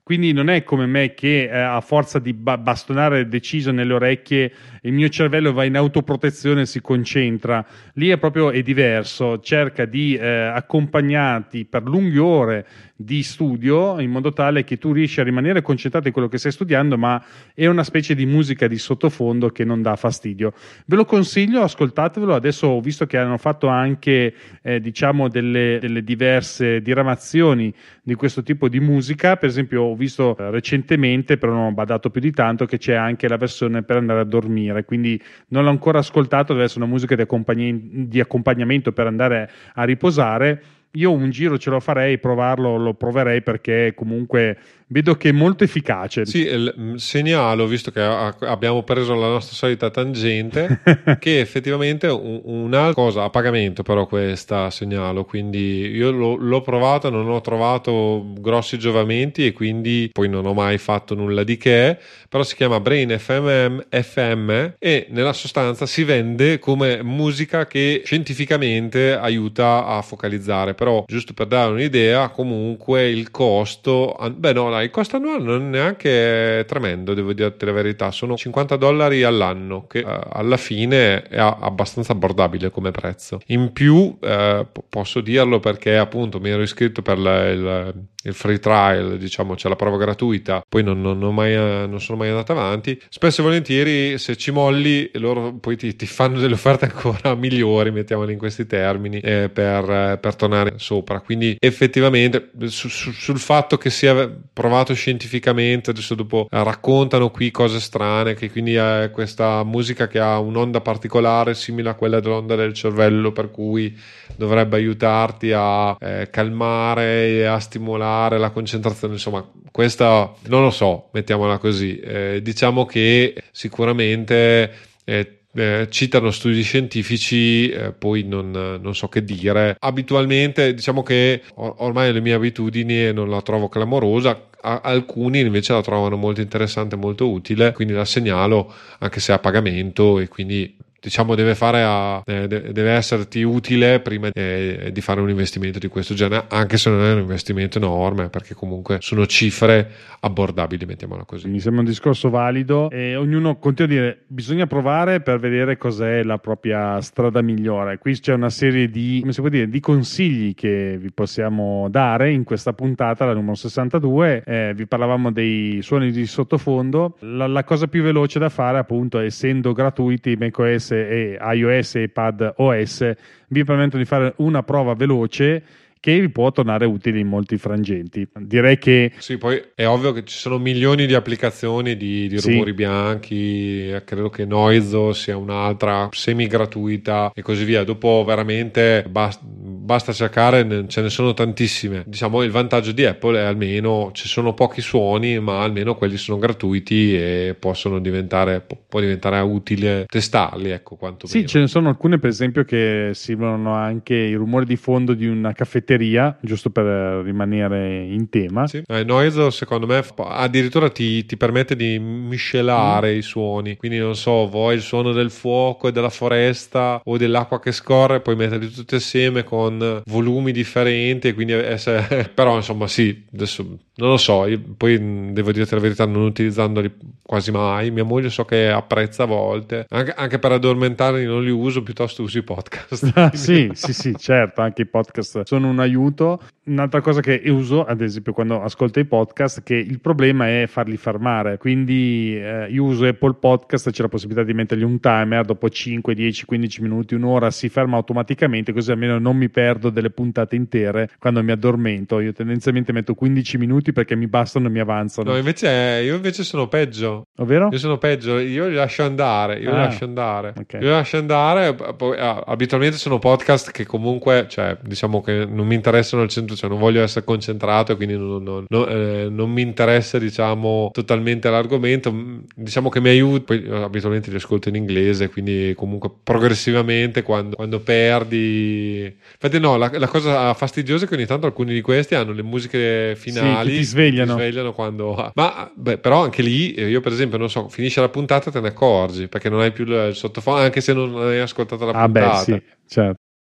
quindi non è come me che eh, a forza di ba- bastonare deciso nelle orecchie il mio cervello va in autoprotezione e si concentra. Lì è proprio è diverso, cerca di eh, accompagnarti per lunghe ore di studio in modo tale che tu riesci a rimanere concentrato in quello che stai studiando, ma è una specie di musica di sottofondo che non dà fastidio. Ve lo consiglio, ascoltatevelo. Adesso ho visto che hanno fatto anche eh, diciamo delle, delle diverse diramazioni di questo tipo di musica. Per esempio ho visto eh, recentemente, però non ho badato più di tanto, che c'è anche la versione per andare a dormire, quindi non l'ho ancora ascoltato, deve essere una musica di, accompagni- di accompagnamento per andare a riposare. Io un giro ce lo farei, provarlo, lo proverei, perché comunque vedo che è molto efficace. Sì, il, segnalo, visto che a, abbiamo preso la nostra solita tangente, che effettivamente un, una cosa a pagamento, però questa segnalo, quindi io lo, l'ho provato, non ho trovato grossi giovamenti e quindi poi non ho mai fatto nulla di che, però si chiama Brain F M, F M e nella sostanza si vende come musica che scientificamente aiuta a focalizzare. Però giusto per dare un'idea, comunque il costo, beh no, il costo annuale non è neanche tremendo, devo dirti la verità, sono cinquanta dollari all'anno, che eh, alla fine è abbastanza abbordabile come prezzo. In più eh, posso dirlo perché appunto mi ero iscritto per la, il, il free trial, diciamo, c'è la prova gratuita, poi non, non, non, mai, non sono mai andato avanti. Spesso e volentieri se ci molli loro poi ti, ti fanno delle offerte ancora migliori, mettiamole in questi termini, eh, per, per tornare sopra. Quindi effettivamente su, su, sul fatto che sia provato scientificamente, adesso dopo eh, raccontano qui cose strane, che quindi è questa musica che ha un'onda particolare simile a quella dell'onda del cervello, per cui dovrebbe aiutarti a eh, calmare e a stimolare la concentrazione. Insomma, questa non lo so, mettiamola così. Eh, diciamo che sicuramente eh, Eh, citano studi scientifici, eh, poi non, non so che dire. Abitualmente diciamo che or- ormai le mie abitudini non la trovo clamorosa, a- alcuni invece la trovano molto interessante, molto utile, quindi la segnalo anche se a pagamento, e quindi diciamo deve fare a, eh, deve esserti utile prima eh, di fare un investimento di questo genere, anche se non è un investimento enorme, perché comunque sono cifre abbordabili, mettiamola così. Mi sembra un discorso valido e ognuno continua a dire bisogna provare per vedere cos'è la propria strada migliore. Qui c'è una serie di, come si può dire, di consigli che vi possiamo dare in questa puntata, la numero sessantadue. Eh, vi parlavamo dei suoni di sottofondo. La, la cosa più veloce da fare, appunto, essendo gratuiti macOS e iOS e iPadOS, vi permettono di fare una prova veloce che vi può tornare utile in molti frangenti. Direi che sì, poi è ovvio che ci sono milioni di applicazioni di, di sì. rumori bianchi, credo che Noizo sia un'altra semi gratuita e così via. Dopo veramente basta, basta cercare, ce ne sono tantissime. Diciamo il vantaggio di Apple è almeno ci sono pochi suoni, ma almeno quelli sono gratuiti e possono diventare può diventare utile testarli, ecco, quanto sì, ce ne sono alcune per esempio che simulano anche i rumori di fondo di una caffetteria, giusto per rimanere in tema. Sì. Eh, Noizo secondo me addirittura ti, ti permette di miscelare mm. i suoni, quindi non so, vuoi il suono del fuoco e della foresta o dell'acqua che scorre, puoi metterli tutti assieme con volumi differenti, quindi essere... però insomma sì, adesso non lo so, io poi devo dirti la verità, non utilizzandoli quasi mai. Mia moglie so che apprezza a volte, anche, anche per addormentarmi non li uso, piuttosto uso i podcast. Ah, sì, sì, sì, certo, anche i podcast sono un aiuto. Un'altra cosa che uso, ad esempio, quando ascolto i podcast, che il problema è farli fermare, quindi eh, io uso Apple Podcast, c'è la possibilità di mettergli un timer, dopo cinque, dieci, quindici minuti, un'ora si ferma automaticamente, così almeno non mi perdo delle puntate intere quando mi addormento. Io tendenzialmente metto quindici minuti perché mi bastano e mi avanzano. No, invece io invece sono peggio. Ovvero? Io sono peggio, io li lascio andare, io ah, li lascio andare. Okay. Io li lascio andare, poi, ah, abitualmente sono podcast che comunque, cioè, diciamo che non mi interessano al centro, cioè non voglio essere concentrato, quindi non, non, non, eh, non mi interessa, diciamo, totalmente l'argomento. Diciamo che mi aiuta, poi abitualmente li ascolto in inglese, quindi comunque progressivamente quando, quando perdi... Infatti no, la, la cosa fastidiosa è che ogni tanto alcuni di questi hanno le musiche finali, sì, che ti svegliano. Ti svegliano quando... Ma beh, però anche lì, io per esempio, non so, finisce la puntata te ne accorgi, perché non hai più il sottofondo, anche se non hai ascoltato la ah, puntata. Ah beh, sì, certo.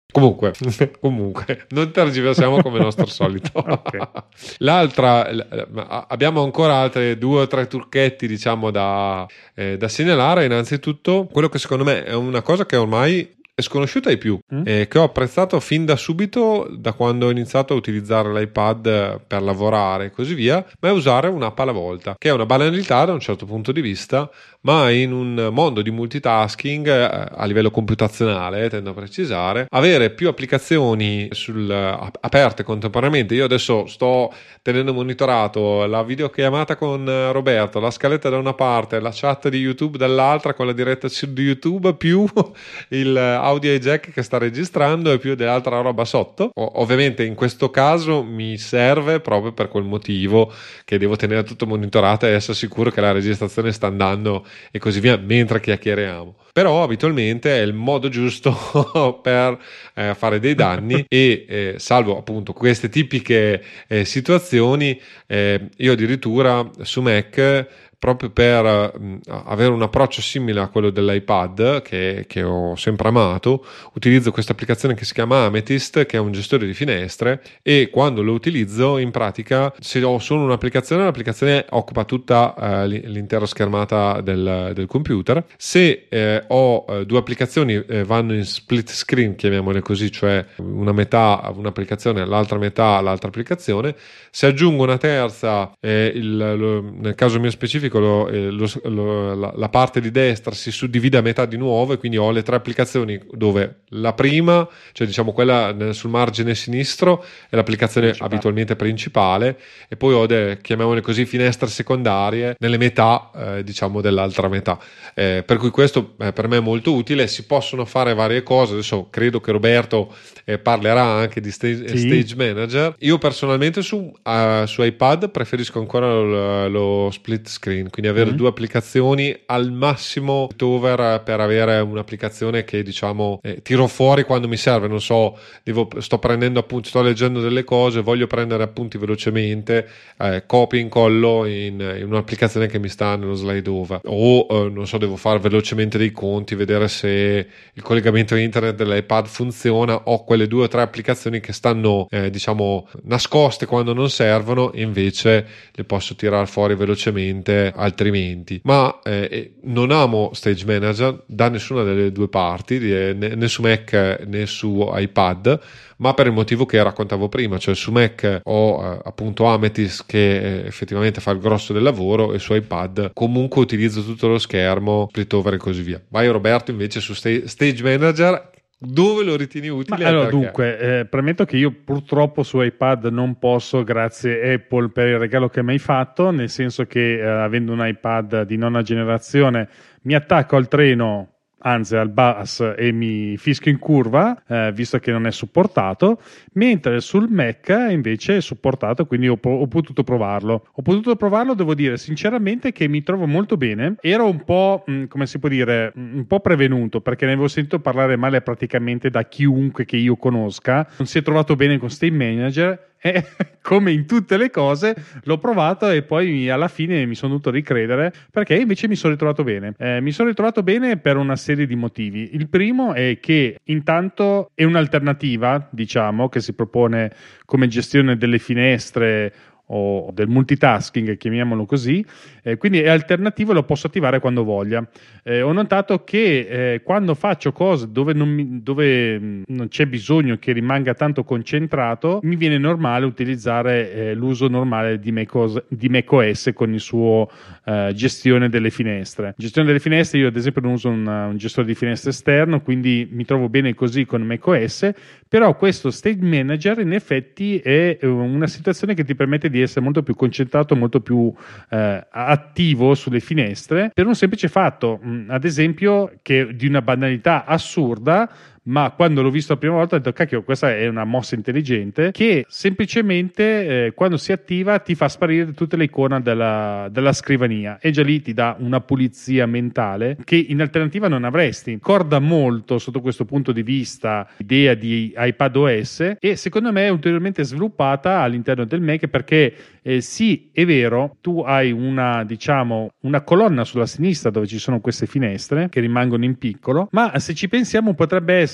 Comunque, comunque, non tergiversiamo come nostro solito. Okay. L'altra, abbiamo ancora altri due o tre trucchetti, diciamo, da, eh, da segnalare. Innanzitutto, quello che secondo me è una cosa che ormai è sconosciuta ai più, mm. eh, che ho apprezzato fin da subito, da quando ho iniziato a utilizzare l'iPad per lavorare e così via, ma è usare un'app alla volta, che è una banalità da un certo punto di vista, ma in un mondo di multitasking eh, a livello computazionale, tendo a precisare, avere più applicazioni sul, aperte contemporaneamente. Io adesso sto tenendo monitorato la videochiamata con Roberto, la scaletta da una parte, la chat di YouTube dall'altra con la diretta di YouTube, più il audio jack che sta registrando e più dell'altra roba sotto. O- ovviamente in questo caso mi serve proprio per quel motivo, che devo tenere tutto monitorato e essere sicuro che la registrazione sta andando e così via mentre chiacchieriamo. Però abitualmente è il modo giusto per eh, fare dei danni e eh, salvo appunto queste tipiche eh, situazioni, eh, io addirittura su Mac, proprio per mh, avere un approccio simile a quello dell'iPad che, che ho sempre amato, utilizzo questa applicazione che si chiama Amethyst, che è un gestore di finestre, e quando lo utilizzo in pratica, se ho solo un'applicazione, l'applicazione occupa tutta eh, l'intera schermata del, del computer. Se eh, ho eh, due applicazioni, eh, vanno in split screen, chiamiamole così, cioè una metà un'applicazione, l'altra metà l'altra applicazione. Se aggiungo una terza, eh, il, lo, nel caso mio specifico Lo, eh, lo, lo, la, la parte di destra si suddivide a metà di nuovo, e quindi ho le tre applicazioni dove la prima, cioè diciamo quella nel, sul margine sinistro, è l'applicazione principale, abitualmente principale, e poi ho delle, chiamiamole così, finestre secondarie nelle metà eh, diciamo dell'altra metà, eh, per cui questo eh, per me è molto utile. Si possono fare varie cose. Adesso credo che Roberto eh, parlerà anche di stage, sì. stage Manager. Io personalmente su, uh, su iPad preferisco ancora lo, lo split screen, quindi avere mm. due applicazioni al massimo over, per avere un'applicazione che diciamo eh, tiro fuori quando mi serve. Non so, devo, sto prendendo appunti, sto leggendo delle cose, voglio prendere appunti velocemente, eh, copio e incollo in, in un'applicazione che mi sta nello slide over, o eh, non so, devo fare velocemente dei conti, vedere se il collegamento internet dell'iPad funziona. Ho quelle due o tre applicazioni che stanno eh, diciamo nascoste quando non servono, e invece le posso tirare fuori velocemente altrimenti. Ma eh, non amo Stage Manager da nessuna delle due parti, né, né su Mac né su iPad, ma per il motivo che raccontavo prima, cioè su Mac ho eh, appunto Amethyst che eh, effettivamente fa il grosso del lavoro, e su iPad comunque utilizzo tutto lo schermo, split over e così via. Vai Roberto invece su sta- Stage Manager, dove lo ritieni utile? Ma allora, dunque, eh, premetto che io purtroppo su iPad non posso, grazie Apple per il regalo che mi hai fatto, nel senso che eh, avendo un iPad di nona generazione mi attacco al treno, anzi al bus, e mi fischio in curva, eh, visto che non è supportato, mentre sul Mac invece è supportato, quindi ho, ho potuto provarlo. Ho potuto provarlo, devo dire sinceramente che mi trovo molto bene. Ero un po', mh, come si può dire, un po' prevenuto, perché ne avevo sentito parlare male praticamente da chiunque che io conosca. Non si è trovato bene con Stage Manager. E come in tutte le cose l'ho provato e poi alla fine mi sono dovuto ricredere, perché invece mi sono ritrovato bene. Eh, mi sono ritrovato bene per una serie di motivi. Il primo è che intanto è un'alternativa, diciamo, che si propone come gestione delle finestre o del multitasking, chiamiamolo così, eh, quindi è alternativo e lo posso attivare quando voglia. Eh, ho notato che eh, quando faccio cose dove, non, mi, dove mh, non c'è bisogno che rimanga tanto concentrato, mi viene normale utilizzare eh, l'uso normale di macOS, di macOS con il suo eh, gestione delle finestre. Gestione delle finestre, io ad esempio non uso un, un gestore di finestre esterno, quindi mi trovo bene così con macOS, però questo Stage Manager in effetti è una situazione che ti permette di essere molto più concentrato, molto più eh, attivo sulle finestre, per un semplice fatto, mh, ad esempio, che di una banalità assurda, ma quando l'ho visto la prima volta ho detto cacchio, questa è una mossa intelligente, che semplicemente eh, quando si attiva ti fa sparire tutte le icone della, della scrivania, e già lì ti dà una pulizia mentale che in alternativa non avresti. Ricorda molto sotto questo punto di vista l'idea di iPadOS, e secondo me è ulteriormente sviluppata all'interno del Mac, perché eh, sì, è vero, tu hai una, diciamo, una colonna sulla sinistra dove ci sono queste finestre che rimangono in piccolo, ma se ci pensiamo potrebbe essere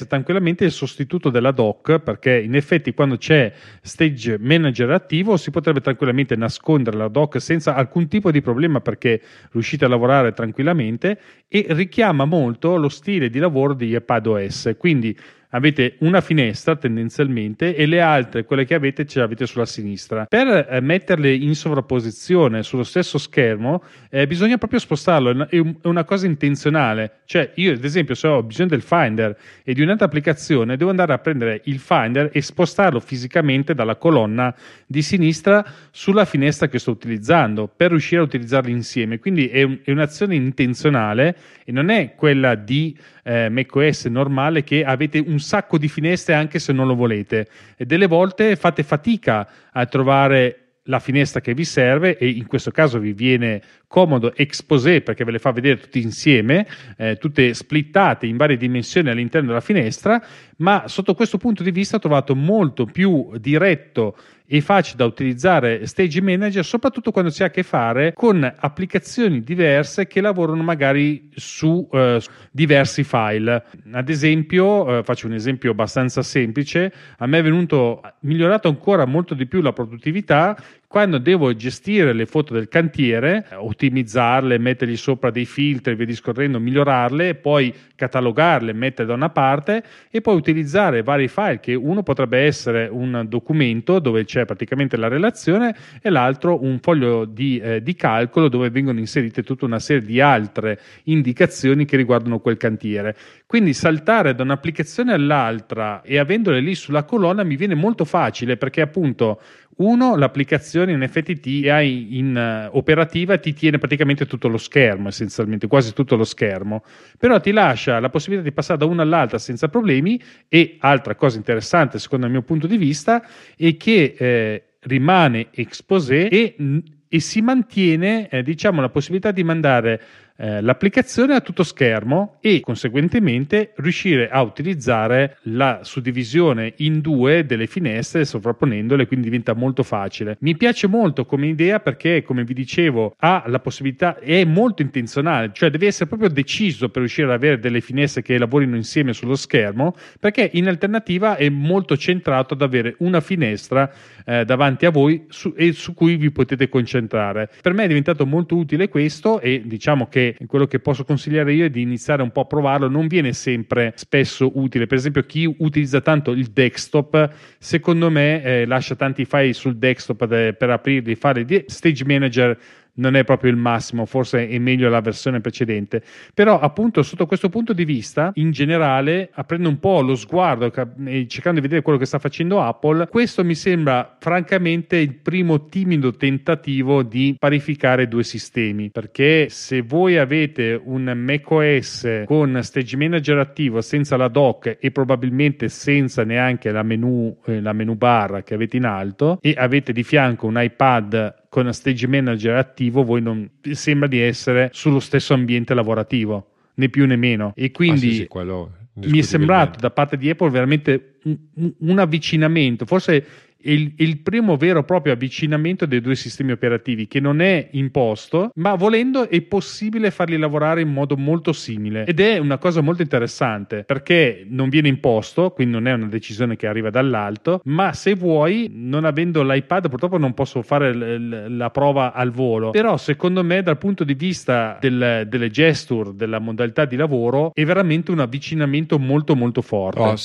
essere tranquillamente il sostituto della dock, perché in effetti quando c'è Stage Manager attivo si potrebbe tranquillamente nascondere la dock senza alcun tipo di problema, perché riuscite a lavorare tranquillamente, e richiama molto lo stile di lavoro di iPadOS. Quindi avete una finestra tendenzialmente e le altre, quelle che avete, ce le avete sulla sinistra. Per eh, metterle in sovrapposizione sullo stesso schermo eh, bisogna proprio spostarlo, è, un, è una cosa intenzionale. Cioè io ad esempio, se ho bisogno del Finder e di un'altra applicazione, devo andare a prendere il Finder e spostarlo fisicamente dalla colonna di sinistra sulla finestra che sto utilizzando per riuscire a utilizzarli insieme. Quindi è, un, è un'azione intenzionale e non è quella di eh, macOS normale, che avete un sacco di finestre anche se non lo volete, e delle volte fate fatica a trovare la finestra che vi serve, e in questo caso vi viene comodo Exposé perché ve le fa vedere tutte insieme, eh, tutte splittate in varie dimensioni all'interno della finestra. Ma sotto questo punto di vista ho trovato molto più diretto e facile da utilizzare Stage Manager, soprattutto quando si ha a che fare con applicazioni diverse che lavorano magari su, eh, su diversi file. Ad esempio, eh, faccio un esempio abbastanza semplice, a me è venuto migliorato ancora molto di più la produttività quando devo gestire le foto del cantiere, ottimizzarle, mettergli sopra dei filtri e via discorrendo, migliorarle, poi catalogarle, mettere da una parte e poi utilizzare vari file, che uno potrebbe essere un documento dove c'è praticamente la relazione e l'altro un foglio di, eh, di calcolo dove vengono inserite tutta una serie di altre indicazioni che riguardano quel cantiere. Quindi saltare da un'applicazione all'altra e avendole lì sulla colonna mi viene molto facile, perché appunto uno, l'applicazione in effetti ti hai in uh, operativa, ti tiene praticamente tutto lo schermo, essenzialmente quasi tutto lo schermo, però ti lascia la possibilità di passare da una all'altra senza problemi. E altra cosa interessante secondo il mio punto di vista è che eh, rimane Exposé e, e si mantiene eh, diciamo la possibilità di mandare Eh, l'applicazione a tutto schermo e conseguentemente riuscire a utilizzare la suddivisione in due delle finestre sovrapponendole, quindi diventa molto facile. Mi piace molto come idea perché, come vi dicevo, ha la possibilità, è molto intenzionale, cioè devi essere proprio deciso per riuscire ad avere delle finestre che lavorino insieme sullo schermo, perché in alternativa è molto centrato ad avere una finestra eh, davanti a voi su, e su cui vi potete concentrare. Per me è diventato molto utile questo, e diciamo che quello che posso consigliare io è di iniziare un po' a provarlo. Non viene sempre spesso utile, per esempio chi utilizza tanto il desktop secondo me eh, lascia tanti file sul desktop de, per aprirli, fare di Stage Manager non è proprio il massimo, forse è meglio la versione precedente. Però appunto sotto questo punto di vista, in generale, aprendo un po' lo sguardo e cercando di vedere quello che sta facendo Apple, questo mi sembra francamente il primo timido tentativo di parificare due sistemi, perché se voi avete un macOS con Stage Manager attivo senza la dock e probabilmente senza neanche la menu, eh, la menu bar che avete in alto, e avete di fianco un iPad con Stage Manager attivo, voi non sembra di essere sullo stesso ambiente lavorativo, né più né meno. E quindi ah, sì, sì, quello mi è sembrato da parte di Apple veramente un, un avvicinamento, forse il, il primo vero e proprio avvicinamento dei due sistemi operativi, che non è imposto, ma volendo è possibile farli lavorare in modo molto simile, ed è una cosa molto interessante perché non viene imposto, quindi non è una decisione che arriva dall'alto, ma se vuoi, non avendo l'iPad purtroppo non posso fare l- l- la prova al volo, però secondo me dal punto di vista del, delle gesture, della modalità di lavoro, è veramente un avvicinamento molto molto forte. Oh,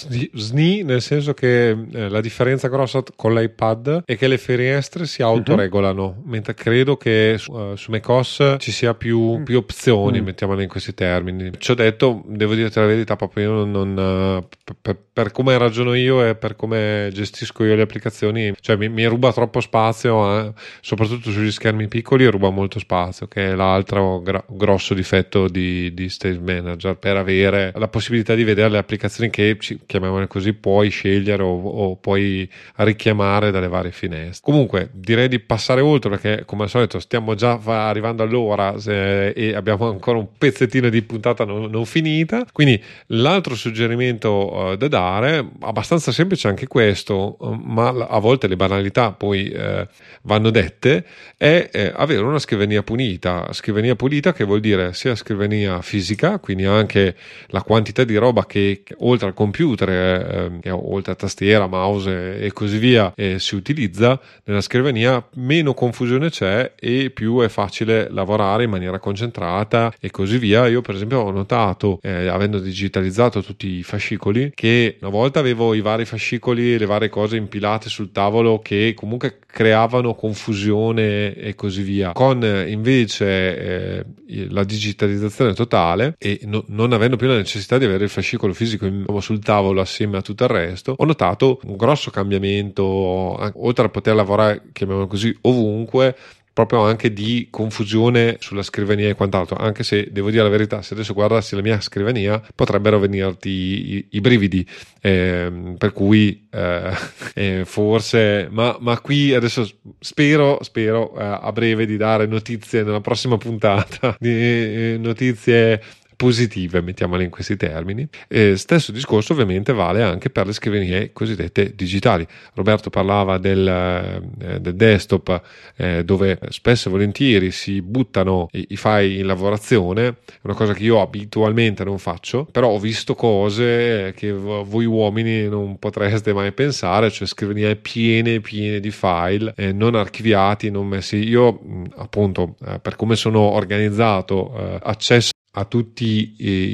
S N I, nel senso che eh, la differenza grossa con l'iPad è che le finestre si autoregolano, uh-huh. mentre credo che su, uh, su macOS ci sia più, più opzioni, uh-huh. mettiamola in questi termini. Ci ho detto, devo dirti la verità, proprio io non, non per, per come ragiono io e per come gestisco io le applicazioni, cioè mi, mi ruba troppo spazio, eh, soprattutto sugli schermi piccoli ruba molto spazio, che è l'altro gra- grosso difetto di, di Stage Manager, per avere la possibilità di vedere le applicazioni che, chiamiamole così, puoi scegliere o, o puoi richiamare dalle varie finestre. Comunque direi di passare oltre, perché come al solito stiamo già arrivando all'ora se, e abbiamo ancora un pezzettino di puntata non, non finita. Quindi l'altro suggerimento uh, da dare, abbastanza semplice anche questo, uh, ma a volte le banalità poi uh, vanno dette, è eh, avere una scrivania pulita. Scrivania pulita che vuol dire sia scrivania fisica, quindi anche la quantità di roba che, che oltre al computer, eh, che oltre a tastiera, mouse e così via eh, si utilizza nella scrivania, meno confusione c'è e più è facile lavorare in maniera concentrata e così via. Io per esempio ho notato, eh, avendo digitalizzato tutti i fascicoli, che una volta avevo i vari fascicoli, le varie cose impilate sul tavolo che comunque creavano confusione e così via. Con invece eh, la digitalizzazione totale e no, non avendo più la necessità di avere il fascicolo fisico in, sul tavolo assieme a tutto il resto, ho notato un grosso cambiamento, oltre a poter lavorare, chiamiamolo così, ovunque, proprio anche di confusione sulla scrivania e quant'altro. Anche se devo dire la verità, se adesso guardassi la mia scrivania potrebbero venirti i, i brividi, eh, per cui eh, eh, forse ma, ma qui adesso spero spero eh, a breve di dare notizie nella prossima puntata, di eh, notizie positive, mettiamole in questi termini. Eh, stesso discorso ovviamente vale anche per le scrivanie cosiddette digitali. Roberto parlava del, eh, del desktop, eh, dove spesso e volentieri si buttano i, i file in lavorazione, una cosa che io abitualmente non faccio, però ho visto cose che voi uomini non potreste mai pensare, cioè scrivanie piene piene di file eh, non archiviati, non messi. Io appunto eh, per come sono organizzato eh, accesso a tutti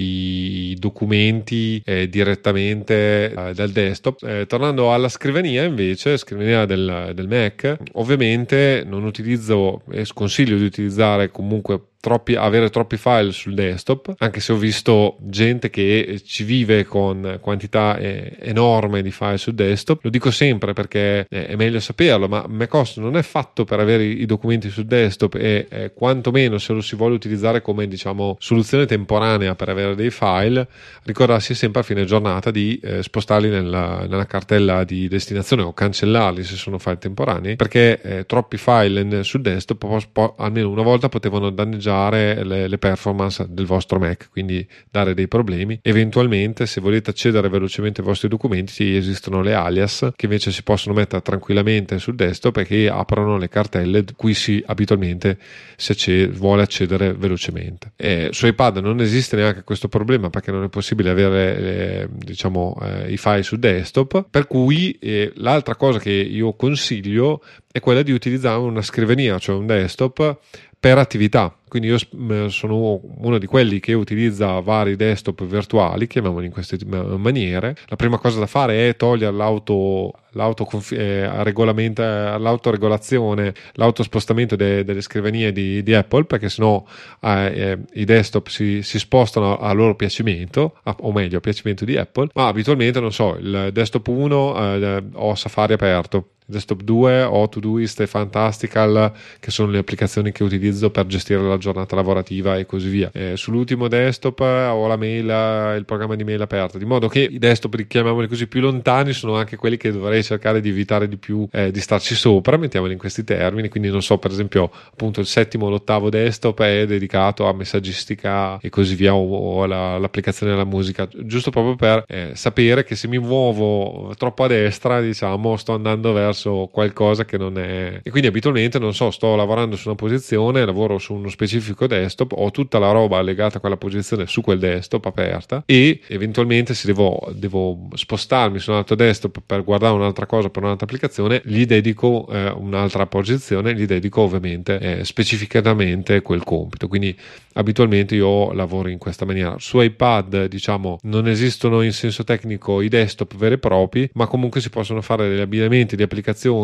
i, i documenti eh, direttamente eh, dal desktop. Eh, tornando alla scrivania invece, scrivania del, del Mac, ovviamente non utilizzo e sconsiglio di utilizzare comunque troppi, avere troppi file sul desktop, anche se ho visto gente che ci vive con quantità eh, enorme di file sul desktop. Lo dico sempre perché eh, è meglio saperlo, ma macOS non è fatto per avere i documenti sul desktop e eh, quantomeno se lo si vuole utilizzare come, diciamo, soluzione temporanea per avere dei file, ricordarsi sempre a fine giornata di eh, spostarli nella, nella cartella di destinazione o cancellarli se sono file temporanei, perché eh, troppi file sul desktop po- po- almeno una volta potevano danneggiare Le, le performance del vostro Mac, quindi dare dei problemi. Eventualmente, se volete accedere velocemente ai vostri documenti, esistono le alias che invece si possono mettere tranquillamente sul desktop e che aprono le cartelle cui si abitualmente si accede, vuole accedere velocemente. E su iPad non esiste neanche questo problema, perché non è possibile avere eh, diciamo eh, i file sul desktop, per cui eh, l'altra cosa che io consiglio è quella di utilizzare una scrivania, cioè un desktop per attività. Quindi io sono uno di quelli che utilizza vari desktop virtuali, chiamiamoli in queste maniere. La prima cosa da fare è togliere l'auto, l'auto eh, regolamenta, l'autoregolazione, l'autospostamento de, delle scrivanie di, di Apple, perché sennò eh, i desktop si, si spostano a loro piacimento, a, o meglio a piacimento di Apple. Ma abitualmente, non so, il desktop uno eh, ho Safari aperto, desktop due ho Todoist e Fantastical, che sono le applicazioni che utilizzo per gestire la giornata lavorativa e così via. Eh, sull'ultimo desktop ho la mail, il programma di mail aperto, di modo che i desktop, chiamiamoli così, più lontani sono anche quelli che dovrei cercare di evitare di più eh, di starci sopra, mettiamoli in questi termini. Quindi non so, per esempio appunto il settimo o l'ottavo desktop è dedicato a messaggistica e così via, o, o alla, all'applicazione della musica, giusto proprio per eh, sapere che se mi muovo troppo a destra, diciamo, sto andando verso qualcosa che non è. E quindi abitualmente, non so, sto lavorando su una posizione, lavoro su uno specifico desktop, ho tutta la roba legata a quella posizione su quel desktop aperta, e eventualmente se devo, devo spostarmi su un altro desktop per guardare un'altra cosa, per un'altra applicazione, gli dedico eh, un'altra posizione, gli dedico ovviamente eh, specificatamente quel compito. Quindi abitualmente io lavoro in questa maniera. Su iPad, diciamo, non esistono in senso tecnico i desktop veri e propri, ma comunque si possono fare degli abbinamenti di applicazioni,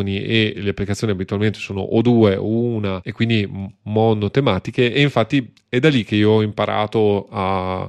e le applicazioni abitualmente sono o due o una, e quindi monotematiche, e infatti è da lì che io ho imparato a, a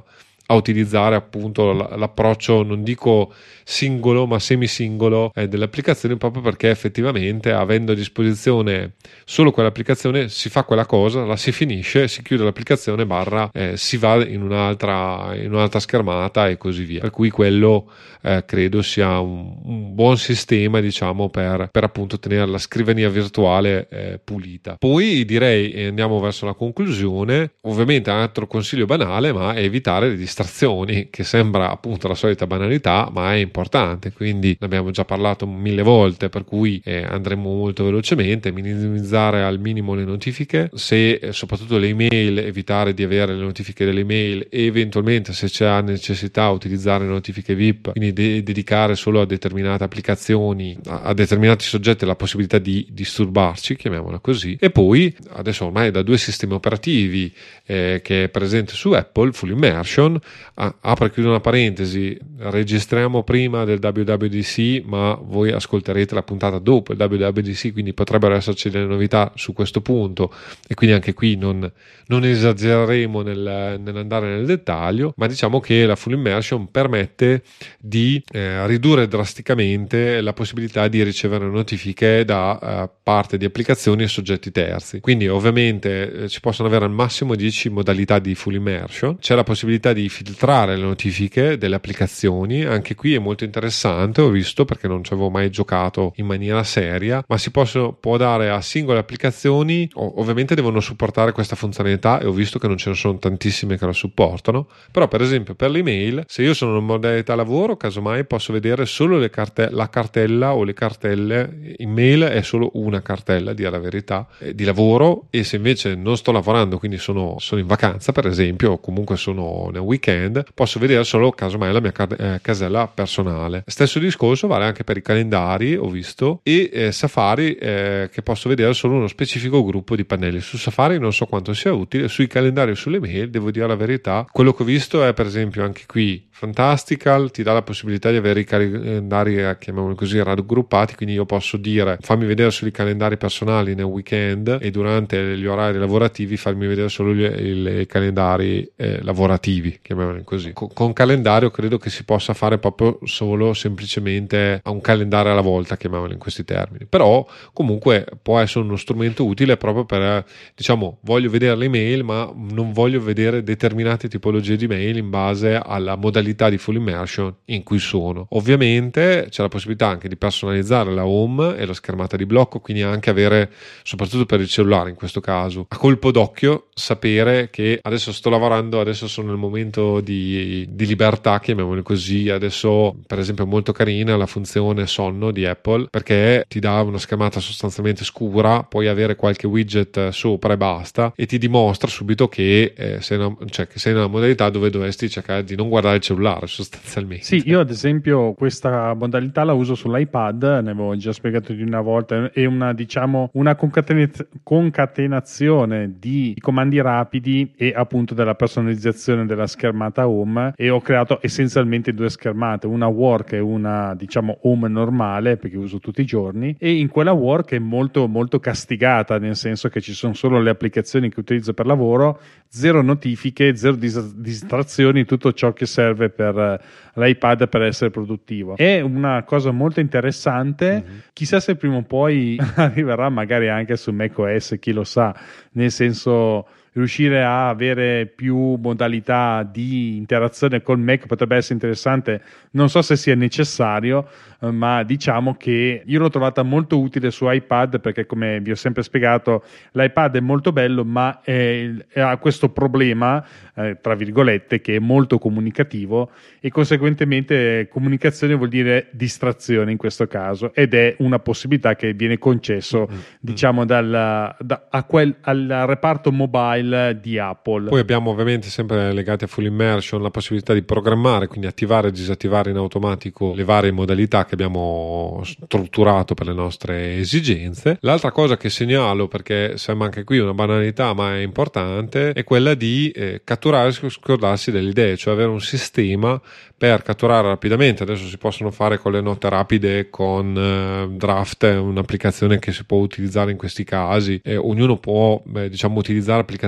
a utilizzare appunto l'approccio, non dico singolo ma semisingolo eh, delle applicazioni, proprio perché effettivamente, avendo a disposizione solo quell'applicazione, si fa quella cosa, la si finisce, si chiude l'applicazione barra eh, si va in un'altra, in un'altra schermata e così via. Per cui quello eh, credo sia un, un buon sistema, diciamo, per, per appunto tenere la scrivania virtuale eh, pulita. Poi direi, e andiamo verso la conclusione, ovviamente un altro consiglio banale, ma è evitare le distrazioni, che sembra appunto la solita banalità, ma è importante, quindi ne abbiamo già parlato mille volte, per cui eh, andremo molto velocemente. Minimizzare al minimo le notifiche, se eh, soprattutto le email, evitare di avere le notifiche delle email, e eventualmente, se c'è necessità, utilizzare le notifiche V I P, quindi de- dedicare solo a determinate applicazioni, a-, a determinati soggetti, la possibilità di disturbarci, chiamiamola così. E poi adesso ormai da due sistemi operativi eh, che è presente su Apple, Full Immersion, ah, apro e chiudo una parentesi, registriamo prima del W W D C, ma voi ascolterete la puntata dopo il W W D C, quindi potrebbero esserci delle novità su questo punto, e quindi anche qui non, non esagereremo nel, nell'andare nel dettaglio, ma diciamo che la Full Immersion permette di eh, ridurre drasticamente la possibilità di ricevere notifiche da eh, parte di applicazioni e soggetti terzi. Quindi ovviamente eh, ci possono avere al massimo dieci modalità di Full Immersion, c'è la possibilità di filtrare le notifiche delle applicazioni, anche qui è molto interessante, ho visto, perché non ci avevo mai giocato in maniera seria, ma si possono, può dare a singole applicazioni, o, ovviamente devono supportare questa funzionalità, e ho visto che non ce ne sono tantissime che la supportano, però per esempio per l'email, se io sono in modalità lavoro, casomai posso vedere solo le carte- la cartella o le cartelle. In mail è solo una cartella, a dire la verità, eh, di lavoro, e se invece non sto lavorando, quindi sono, sono in vacanza per esempio, o comunque sono nel weekend, posso vedere solo casomai la mia car- eh, casella personale. Stesso discorso vale anche per i calendari, ho visto, e eh, Safari, eh, che posso vedere solo uno specifico gruppo di pannelli. Su Safari non so quanto sia utile, sui calendari o sulle mail devo dire la verità, quello che ho visto è per esempio anche qui Fantastical, ti dà la possibilità di avere i calendari, chiamiamoli così, raggruppati, quindi io posso dire fammi vedere solo i calendari personali nel weekend, e durante gli orari lavorativi farmi vedere solo gli, i calendari eh, lavorativi, chiamiamoli così. Con, con calendario credo che si possa fare proprio solo semplicemente a un calendario alla volta, chiamiamolo in questi termini, però comunque può essere uno strumento utile proprio per, diciamo, voglio vedere le mail ma non voglio vedere determinate tipologie di mail in base alla modalità di Full Immersion in cui sono. Ovviamente c'è la possibilità anche di personalizzare la home e la schermata di blocco, quindi anche avere, soprattutto per il cellulare in questo caso, a colpo d'occhio sapere che adesso sto lavorando, adesso sono nel momento di, di libertà, chiamiamolo così. Adesso per esempio è molto carina la funzione sonno di Apple, perché ti dà una schermata sostanzialmente scura, puoi avere qualche widget sopra e basta, e ti dimostra subito che, eh, sei, una, cioè, che sei nella modalità dove dovresti cercare di non guardare il cellulare sostanzialmente. Sì, io ad esempio questa modalità la uso sull'iPad, ne avevo già spiegato di una volta, è una, diciamo, una concatenaz- concatenazione di comandi rapidi e appunto della personalizzazione della schermata home, e ho creato essenzialmente due schermate, una work e una, diciamo, home normale, perché uso tutti i giorni, e in quella work è molto molto castigata, nel senso che ci sono solo le applicazioni che utilizzo per lavoro, zero notifiche, zero dis- distrazioni, tutto ciò che serve per l'iPad per essere produttivo. È una cosa molto interessante, mm-hmm. Chissà se prima o poi arriverà magari anche su macOS, chi lo sa, nel senso riuscire a avere più modalità di interazione col Mac potrebbe essere interessante. Non so se sia necessario, eh, ma diciamo che io l'ho trovata molto utile su iPad, perché come vi ho sempre spiegato l'iPad è molto bello, ma è, è, ha questo problema, eh, tra virgolette, che è molto comunicativo, e conseguentemente comunicazione vuol dire distrazione in questo caso, ed è una possibilità che viene concesso mm-hmm. diciamo dal, da, a quel, al reparto mobile di Apple. Poi abbiamo ovviamente, sempre legati a Full Immersion, la possibilità di programmare, quindi attivare e disattivare in automatico le varie modalità che abbiamo strutturato per le nostre esigenze. L'altra cosa che segnalo, perché sembra anche qui una banalità ma è importante, è quella di eh, catturare e scordarsi delle idee, cioè avere un sistema per catturare rapidamente. Adesso si possono fare con le note rapide, con eh, Draft, un'applicazione che si può utilizzare in questi casi, e ognuno può beh, diciamo utilizzare applicazioni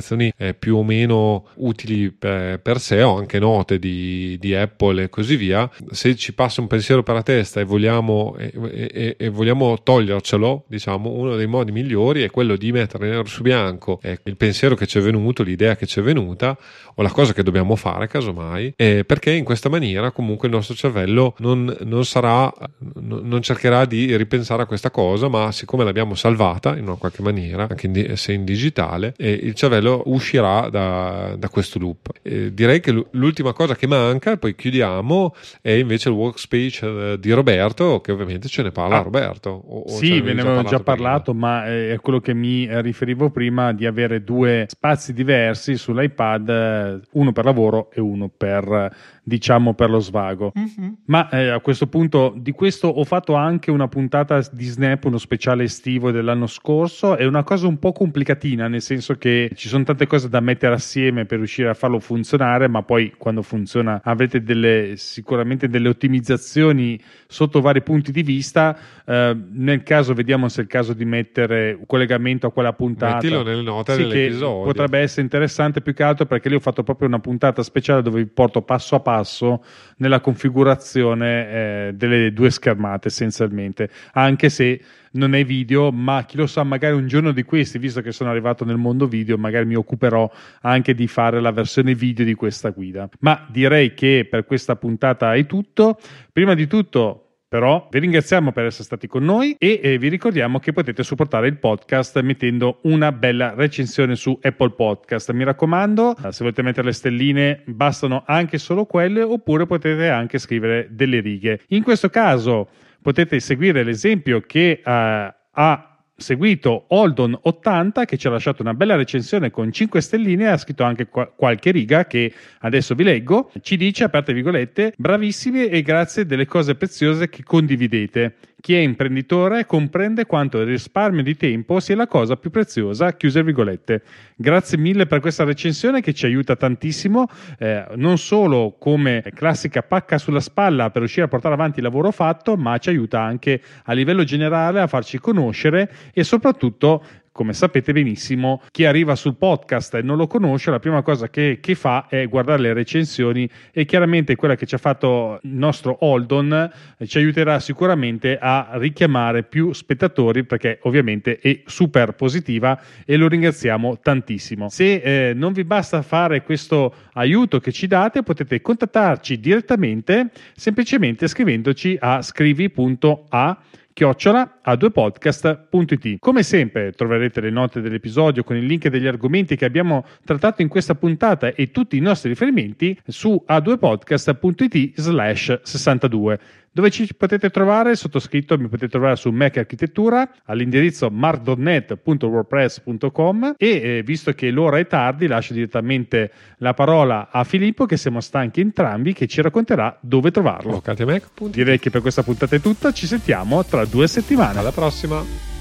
applicazioni eh, più o meno utili per, per sé, o anche note di, di Apple e così via. Se ci passa un pensiero per la testa e vogliamo, e, e, e vogliamo togliercelo, diciamo, uno dei modi migliori è quello di mettere nero su bianco eh, il pensiero che ci è venuto, l'idea che ci è venuta, o la cosa che dobbiamo fare casomai, eh, perché in questa maniera comunque il nostro cervello non, non sarà, non cercherà di ripensare a questa cosa, ma siccome l'abbiamo salvata in una qualche maniera, anche in, se in digitale, eh, il cervello uscirà da, da questo loop. Eh, direi che l'ultima cosa che manca, poi chiudiamo, è invece il workspace eh, di Roberto, che ovviamente ce ne parla ah, Roberto. O, o sì, ve ne avevo già parlato, prima. ma è quello che mi riferivo prima, di avere due spazi diversi sull'iPad, uno per lavoro e uno per, diciamo, per lo svago. Mm-hmm. Ma eh, a questo punto di questo ho fatto anche una puntata di Snap, uno speciale estivo dell'anno scorso. È una cosa un po' complicatina, nel senso che ci sono tante cose da mettere assieme per riuscire a farlo funzionare, ma poi quando funziona avrete delle, sicuramente delle ottimizzazioni sotto vari punti di vista. Eh, nel caso vediamo se è il caso di mettere un collegamento a quella puntata. Mettilo nelle note sì, dell'episodio. Potrebbe essere interessante, più che altro perché lì ho fatto proprio una puntata speciale dove vi porto passo a passo nella configurazione eh, delle due schermate essenzialmente, anche se non è video, ma chi lo sa, magari un giorno di questi, visto che sono arrivato nel mondo video, magari mi occuperò anche di fare la versione video di questa guida. Ma direi che per questa puntata è tutto. Prima di tutto però vi ringraziamo per essere stati con noi e eh, vi ricordiamo che potete supportare il podcast mettendo una bella recensione su Apple Podcast. Mi raccomando, se volete mettere le stelline bastano anche solo quelle, oppure potete anche scrivere delle righe. In questo caso potete seguire l'esempio che uh, ha seguito Oldon ottanta, che ci ha lasciato una bella recensione con cinque stelline e ha scritto anche qua- qualche riga che adesso vi leggo. Ci dice, aperte virgolette: bravissimi e grazie delle cose preziose che condividete. Chi è imprenditore comprende quanto il risparmio di tempo sia la cosa più preziosa, chiuse virgolette. Grazie mille per questa recensione che ci aiuta tantissimo, eh, non solo come classica pacca sulla spalla per riuscire a portare avanti il lavoro fatto, ma ci aiuta anche a livello generale a farci conoscere e soprattutto, come sapete benissimo, chi arriva sul podcast e non lo conosce, la prima cosa che, che fa è guardare le recensioni, e chiaramente quella che ci ha fatto il nostro Oldon eh, ci aiuterà sicuramente a richiamare più spettatori, perché ovviamente è super positiva e lo ringraziamo tantissimo. Se eh, non vi basta fare questo aiuto che ci date, potete contattarci direttamente semplicemente scrivendoci a scrivi punto a chiocciola a due podcast punto it. Come sempre troverete le note dell'episodio con il link degli argomenti che abbiamo trattato in questa puntata e tutti i nostri riferimenti su a due podcast punto it slash sessantadue. Dove ci potete trovare? Il sottoscritto mi potete trovare su Mac Architettura all'indirizzo mark punto net punto wordpress punto com e eh, visto che l'ora è tardi lascio direttamente la parola a Filippo, che siamo stanchi entrambi, che ci racconterà dove trovarlo. Mac. Direi che per questa puntata è tutto, ci sentiamo tra due settimane. Alla prossima!